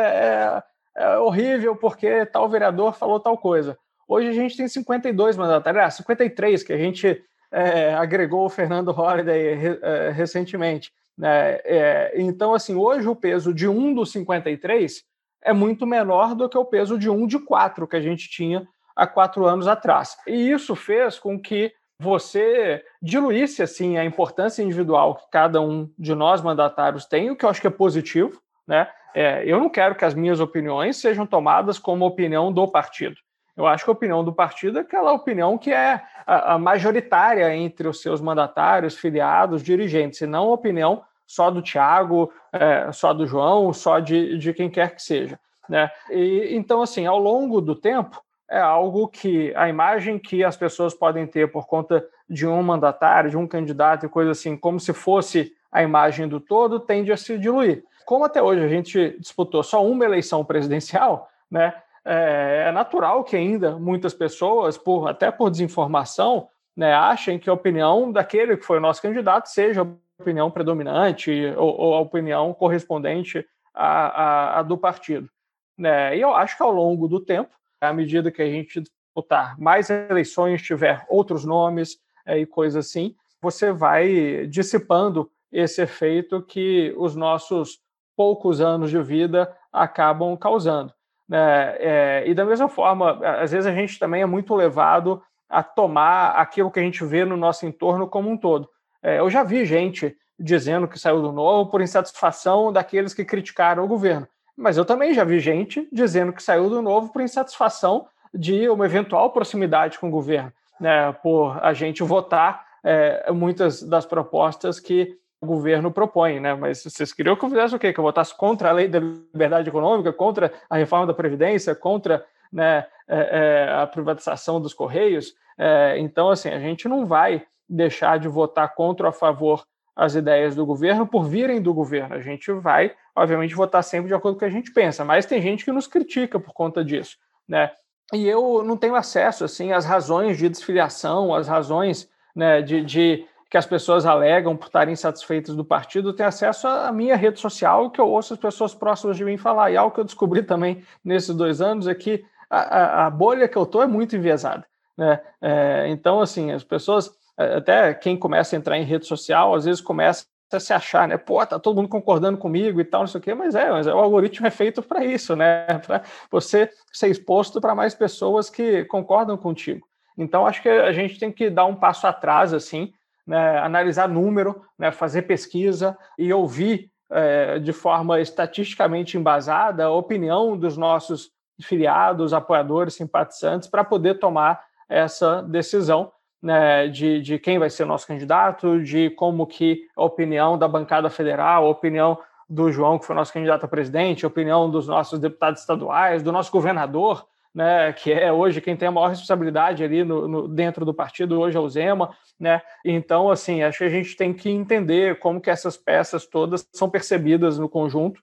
é horrível porque tal vereador falou tal coisa. Hoje a gente tem 52 mandatários, 53, que a gente agregou o Fernando Holliday recentemente. Então, assim, hoje o peso de 1 dos 53 é muito menor do que o peso de 1 de 4 que a gente tinha há 4 anos atrás. E isso fez com que você diluísse assim, a importância individual que cada um de nós mandatários tem, o que eu acho que é positivo, né? Eu não quero que as minhas opiniões sejam tomadas como opinião do partido. Eu acho que a opinião do partido é aquela opinião que é a majoritária entre os seus mandatários, filiados, dirigentes, e não a opinião só do Thiago, só do João, só de quem quer que seja, né? Então, assim, ao longo do tempo, é algo que a imagem que as pessoas podem ter por conta de um mandatário, de um candidato e coisa assim, como se fosse a imagem do todo, tende a se diluir. Como até hoje a gente disputou só uma eleição presidencial, né? É natural que ainda muitas pessoas, até por desinformação, né, achem que a opinião daquele que foi o nosso candidato seja a opinião predominante ou a opinião correspondente à do partido. Né? E eu acho que ao longo do tempo, à medida que a gente disputar mais eleições, tiver outros nomes e coisas assim, você vai dissipando esse efeito que os nossos poucos anos de vida acabam causando. E da mesma forma, às vezes a gente também é muito levado a tomar aquilo que a gente vê no nosso entorno como um todo. Eu já vi gente dizendo que saiu do Novo por insatisfação daqueles que criticaram o governo, mas eu também já vi gente dizendo que saiu do Novo por insatisfação de uma eventual proximidade com o governo, né, por a gente votar muitas das propostas que o governo propõe, né? Mas vocês queriam que eu fizesse o quê? Que eu votasse contra a lei da liberdade econômica, contra a reforma da Previdência, contra, né, a privatização dos Correios? Então, assim, a gente não vai deixar de votar contra ou a favor as ideias do governo por virem do governo. A gente vai, obviamente, votar sempre de acordo com o que a gente pensa, mas tem gente que nos critica por conta disso, né? E eu não tenho acesso, assim, às razões de desfiliação, às razões, né, de que as pessoas alegam por estarem insatisfeitas do partido. Eu tenho acesso à minha rede social, que eu ouço as pessoas próximas de mim falar. E algo que eu descobri também nesses 2 anos é que a bolha que eu estou é muito enviesada, né? Então, assim, as pessoas, até quem começa a entrar em rede social, às vezes começa a se achar, né? Pô, tá todo mundo concordando comigo e tal, não sei o quê, mas o algoritmo é feito para isso, né? Para você ser exposto para mais pessoas que concordam contigo. Então, acho que a gente tem que dar um passo atrás, assim, né, analisar número, né, fazer pesquisa e ouvir de forma estatisticamente embasada a opinião dos nossos filiados, apoiadores, simpatizantes, para poder tomar essa decisão, né, de quem vai ser o nosso candidato, de como que a opinião da bancada federal, a opinião do João, que foi nosso candidato a presidente, a opinião dos nossos deputados estaduais, do nosso governador, né, que é hoje quem tem a maior responsabilidade ali dentro do partido, hoje é o Zema, né? Então, assim, acho que a gente tem que entender como que essas peças todas são percebidas no conjunto,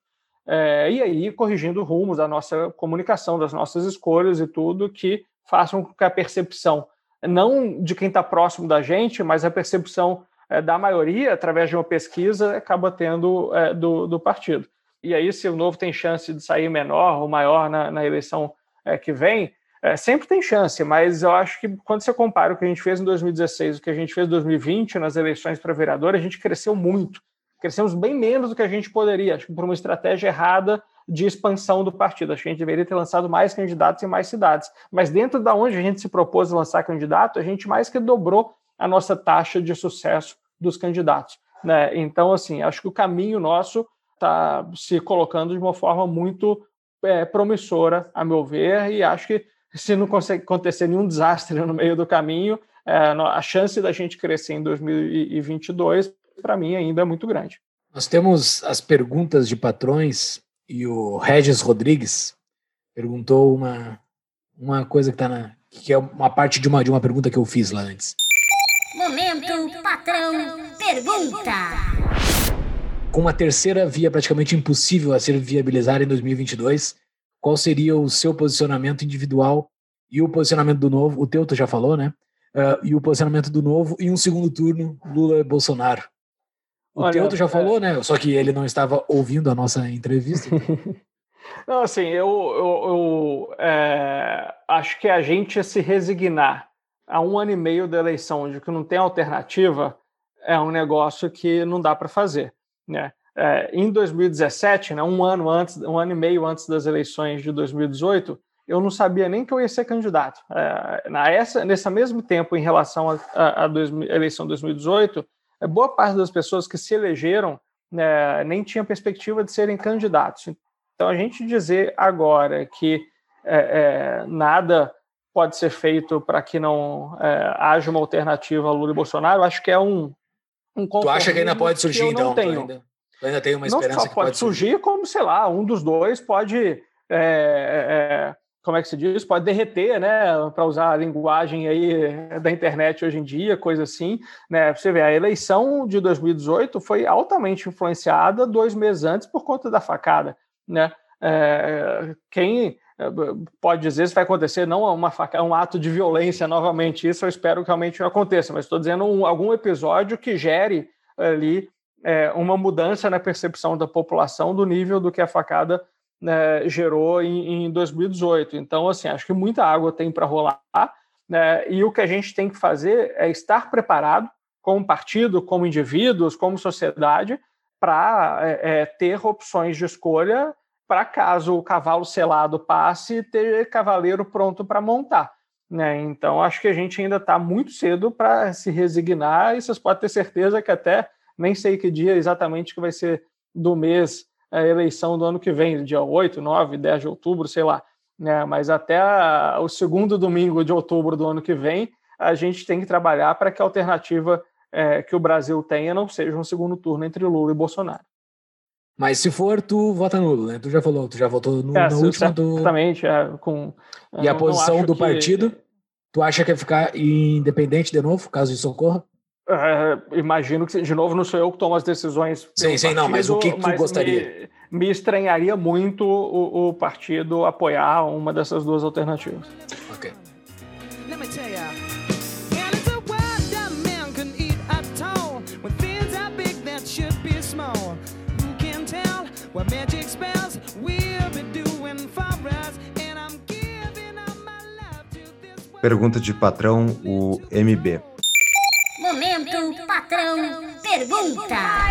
e aí corrigindo rumos da nossa comunicação, das nossas escolhas e tudo, que façam com que a percepção, não de quem está próximo da gente, mas a percepção da maioria, através de uma pesquisa, acaba tendo do partido. E aí, se o Novo tem chance de sair menor ou maior na eleição que vem, sempre tem chance, mas eu acho que quando você compara o que a gente fez em 2016 e o que a gente fez em 2020 nas eleições para vereador, a gente cresceu muito. Crescemos bem menos do que a gente poderia, acho que por uma estratégia errada de expansão do partido. Acho que a gente deveria ter lançado mais candidatos em mais cidades. Mas dentro da onde a gente se propôs a lançar candidato, a gente mais que dobrou a nossa taxa de sucesso dos candidatos, né? Então, assim, acho que o caminho nosso está se colocando de uma forma muito promissora, a meu ver, e acho que se não consegue acontecer nenhum desastre no meio do caminho, a chance da gente crescer em 2022, para mim, ainda é muito grande. Nós temos as perguntas de patrões e o Regis Rodrigues perguntou uma coisa que é uma parte de uma pergunta que eu fiz lá antes. Momento Patrão Pergunta. Com uma terceira via praticamente impossível a ser viabilizada em 2022, qual seria o seu posicionamento individual e o posicionamento do Novo? O teu tu já falou, né? E o posicionamento do Novo em um segundo turno, Lula e Bolsonaro. O teu tu já falou, né? Só que ele não estava ouvindo a nossa entrevista. Não, assim, eu acho que a gente se resignar a 1 ano e meio da eleição de que não tem alternativa é um negócio que não dá para fazer, né? Em 2017, né, um ano e meio antes das eleições de 2018, eu não sabia nem que eu ia ser candidato. Nesse mesmo tempo, em relação à eleição de 2018, boa parte das pessoas que se elegeram, né, nem tinha perspectiva de serem candidatos. Então, a gente dizer agora que nada pode ser feito para que não haja uma alternativa a Lula e Bolsonaro, acho que é um Tu acha que ainda pode surgir, eu então? não tenho. Tu ainda tem uma esperança não só que pode surgir, como, sei lá, um dos dois pode, como é que se diz? Pode derreter, né? Para usar a linguagem aí da internet hoje em dia, coisa assim, né? Você vê, a eleição de 2018 foi altamente influenciada 2 meses antes por conta da facada, né? Quem pode dizer se vai acontecer não um ato de violência novamente, isso eu espero que realmente não aconteça, mas estou dizendo algum episódio que gere ali uma mudança na percepção da população do nível do que a facada gerou em 2018. Então, assim, acho que muita água tem para rolar, né? E o que a gente tem que fazer é estar preparado como partido, como indivíduos, como sociedade, para ter opções de escolha para caso o cavalo selado passe, ter cavaleiro pronto para montar, né? Então, acho que a gente ainda está muito cedo para se resignar, e vocês podem ter certeza que até nem sei que dia exatamente que vai ser do mês a eleição do ano que vem, dia 8, 9, 10 de outubro, sei lá, né? Mas até o segundo domingo de outubro do ano que vem, a gente tem que trabalhar para que a alternativa que o Brasil tenha não seja um segundo turno entre Lula e Bolsonaro. Mas se for, tu vota nulo, né? Tu já falou, tu já votou na última. Exatamente. E a posição do partido, tu acha que é ficar independente de novo, caso isso ocorra? Imagino que, de novo, não sou eu que tomo as decisões. Sim, não, mas o que tu gostaria? Me estranharia muito o partido apoiar uma dessas duas alternativas. Ok. Pergunta de patrão, o MB. Momento Patrão Pergunta.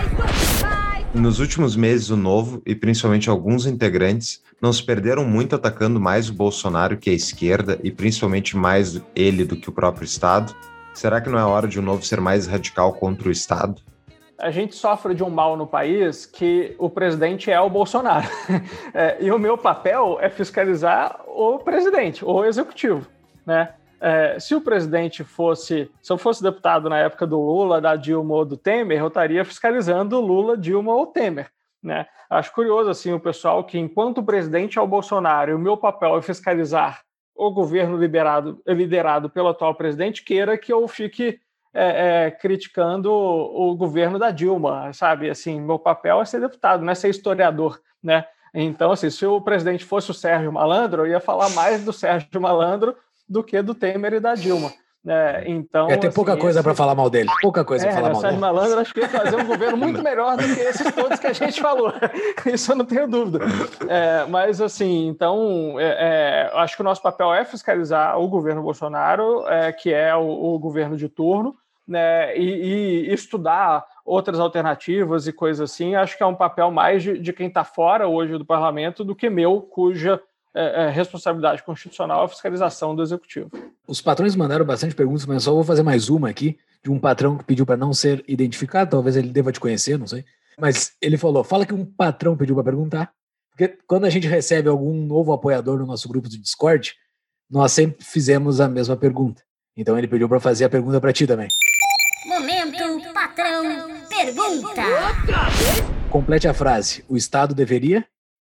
Nos últimos meses, o Novo, e principalmente alguns integrantes, não se perderam muito atacando mais o Bolsonaro que a esquerda, e principalmente mais ele do que o próprio Estado. Será que não é hora de o Novo ser mais radical contra o Estado? A gente sofre de um mal no país que o presidente é o Bolsonaro. E o meu papel é fiscalizar o presidente, o executivo, né? Se o presidente se eu fosse deputado na época do Lula, da Dilma ou do Temer, eu estaria fiscalizando Lula, Dilma ou Temer, né? Acho curioso assim, o pessoal que, enquanto o presidente é o Bolsonaro e o meu papel é fiscalizar o governo liderado pelo atual presidente, queira que eu fique criticando o governo da Dilma, sabe? Assim, meu papel é ser deputado, não é ser historiador, né? Então, assim, se o presidente fosse o Sérgio Malandro, eu ia falar mais do Sérgio Malandro do que do Temer e da Dilma. Então, ia ter pouca coisa para falar mal dele. Pouca coisa para falar mal dele. Sérgio Malandro, acho que ia fazer um governo muito melhor do que esses todos que a gente falou. Isso eu não tenho dúvida. Mas, assim, então, acho que o nosso papel é fiscalizar o governo Bolsonaro, que é o governo de turno, né, e estudar outras alternativas e coisas assim. Acho que é um papel mais de quem está fora hoje do parlamento do que meu, cuja responsabilidade constitucional é a fiscalização do executivo. Os patrões mandaram bastante perguntas, mas só vou fazer mais uma aqui, de um patrão que pediu para não ser identificado, talvez ele deva te conhecer, não sei. Mas ele falou, fala que um patrão pediu para perguntar, porque quando a gente recebe algum novo apoiador no nosso grupo do Discord, nós sempre fizemos a mesma pergunta. Então ele pediu para fazer a pergunta para ti também. Momento Patrão Pergunta. Complete a frase. O Estado deveria...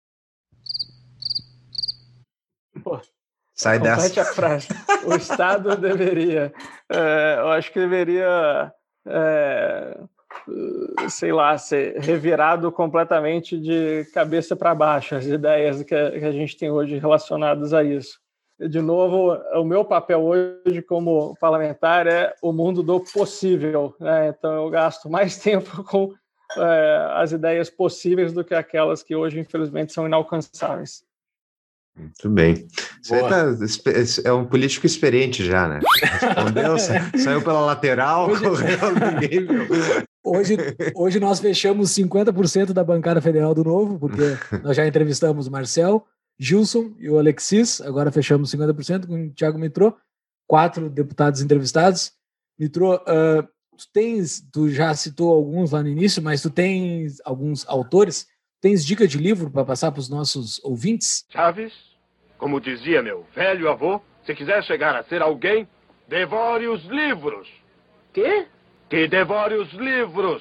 Sai dessa. Complete a frase. O Estado deveria... eu acho que deveria... sei lá, ser revirado completamente de cabeça para baixo, as ideias que a gente tem hoje relacionadas a isso. De novo, o meu papel hoje como parlamentar é o mundo do possível, né? Então eu gasto mais tempo com as ideias possíveis do que aquelas que hoje, infelizmente, são inalcançáveis. Muito bem. Você é um político experiente já, né? Respondeu, saiu pela lateral, correu, ninguém viu. Hoje nós fechamos 50% da bancada federal do Novo, porque nós já entrevistamos o Marcel, Gilson e o Alexis, agora fechamos 50% com o Thiago Mitrô, 4 deputados entrevistados. Mitrô, tu já citou alguns lá no início, mas tu tens alguns autores, tens dica de livro para passar para os nossos ouvintes? Chaves, como dizia meu velho avô, se quiser chegar a ser alguém, devore os livros. Quê? Que devore os livros.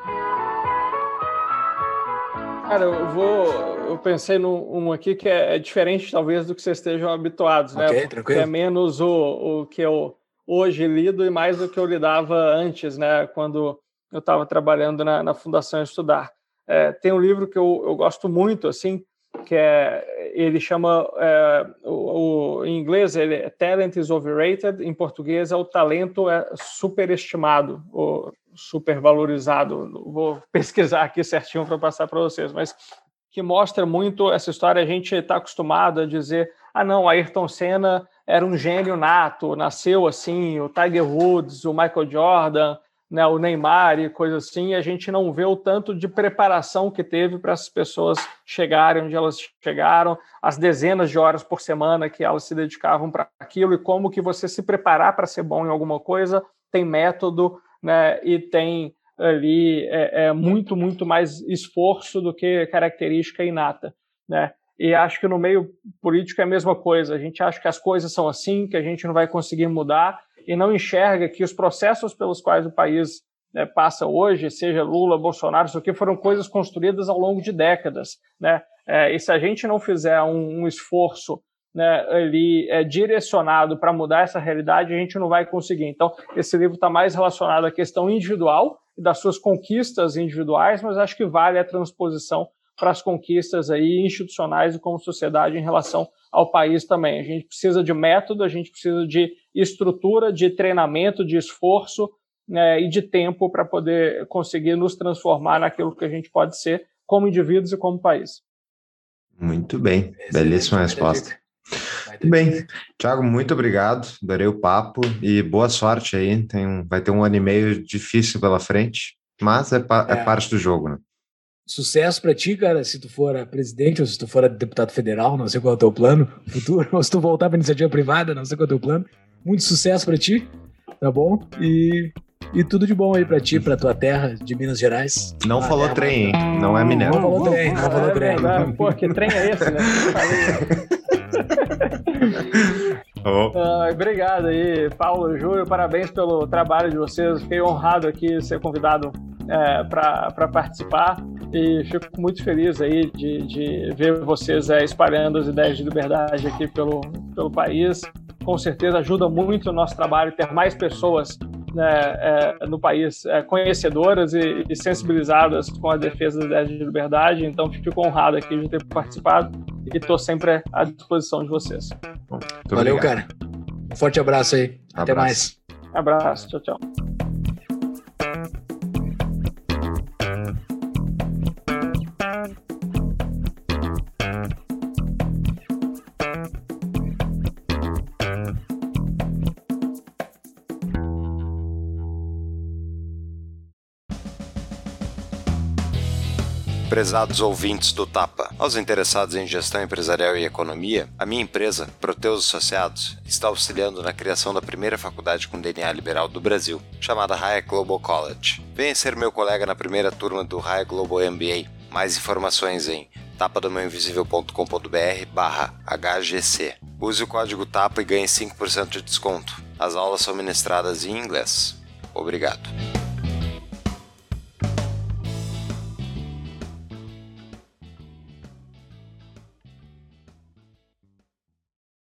Cara, eu pensei num aqui que é diferente, talvez, do que vocês estejam habituados, né? Ok, tranquilo. Que é menos o que eu hoje lido e mais do que eu lidava antes, né? Quando eu estava trabalhando na Fundação Estudar. Tem um livro que eu gosto muito, assim, que ele chama, em inglês, ele é Talent is Overrated, em português é O Talento é Superestimado, ou Supervalorizado. Vou pesquisar aqui certinho para passar para vocês, mas que mostra muito essa história. A gente está acostumado a dizer, não, Ayrton Senna era um gênio nato, nasceu assim, o Tiger Woods, o Michael Jordan, né, o Neymar e coisas assim, e a gente não vê o tanto de preparação que teve para essas pessoas chegarem onde elas chegaram, as dezenas de horas por semana que elas se dedicavam para aquilo, e como que você se preparar para ser bom em alguma coisa tem método, né, e tem ali muito, muito mais esforço do que característica inata, né? E acho que no meio político é a mesma coisa. A gente acha que as coisas são assim, que a gente não vai conseguir mudar, e não enxerga que os processos pelos quais o país passa hoje, seja Lula, Bolsonaro, isso aqui foram coisas construídas ao longo de décadas, né? E se a gente não fizer um esforço, né, ali direcionado para mudar essa realidade, a gente não vai conseguir. Então, esse livro está mais relacionado à questão individual e das suas conquistas individuais, mas acho que vale a transposição para as conquistas aí institucionais e como sociedade em relação ao país também. A gente precisa de método, a gente precisa de estrutura, de treinamento, de esforço, né, e de tempo para poder conseguir nos transformar naquilo que a gente pode ser como indivíduos e como país. Muito bem, belíssima resposta. Muito bem, Thiago, muito obrigado, adorei o papo e boa sorte aí. Vai ter um ano e meio difícil pela frente, mas é parte do jogo, né? Sucesso pra ti, cara, se tu for presidente ou se tu for deputado federal, não sei qual é o teu plano futuro, ou se tu voltar pra iniciativa privada, não sei qual é o teu plano. Muito sucesso pra ti, tá bom? E tudo de bom aí pra ti, pra tua terra de Minas Gerais. Não falou trem, hein? Não é minério. Não falou trem, não falou trem. Pô, que trem é esse, né? Obrigado aí, Paulo, Júlio, parabéns pelo trabalho de vocês. Fiquei honrado aqui de ser convidado para participar e fico muito feliz aí de ver vocês espalhando as ideias de liberdade aqui pelo país. Com certeza ajuda muito o nosso trabalho ter mais pessoas no país conhecedoras e sensibilizadas com a defesa das ideias de liberdade. Então fico honrado aqui de ter participado e estou sempre à disposição de vocês. Valeu, cara. Um forte abraço aí. Até mais. Abraço. Tchau, tchau. Prezados ouvintes do Tapa, aos interessados em gestão empresarial e economia, a minha empresa, Proteus Associados, está auxiliando na criação da primeira faculdade com DNA liberal do Brasil, chamada Hayek Global College. Venha ser meu colega na primeira turma do Hayek Global MBA. Mais informações em tapadomãoinvisível.com.br/HGC. Use o código TAPA e ganhe 5% de desconto. As aulas são ministradas em inglês. Obrigado.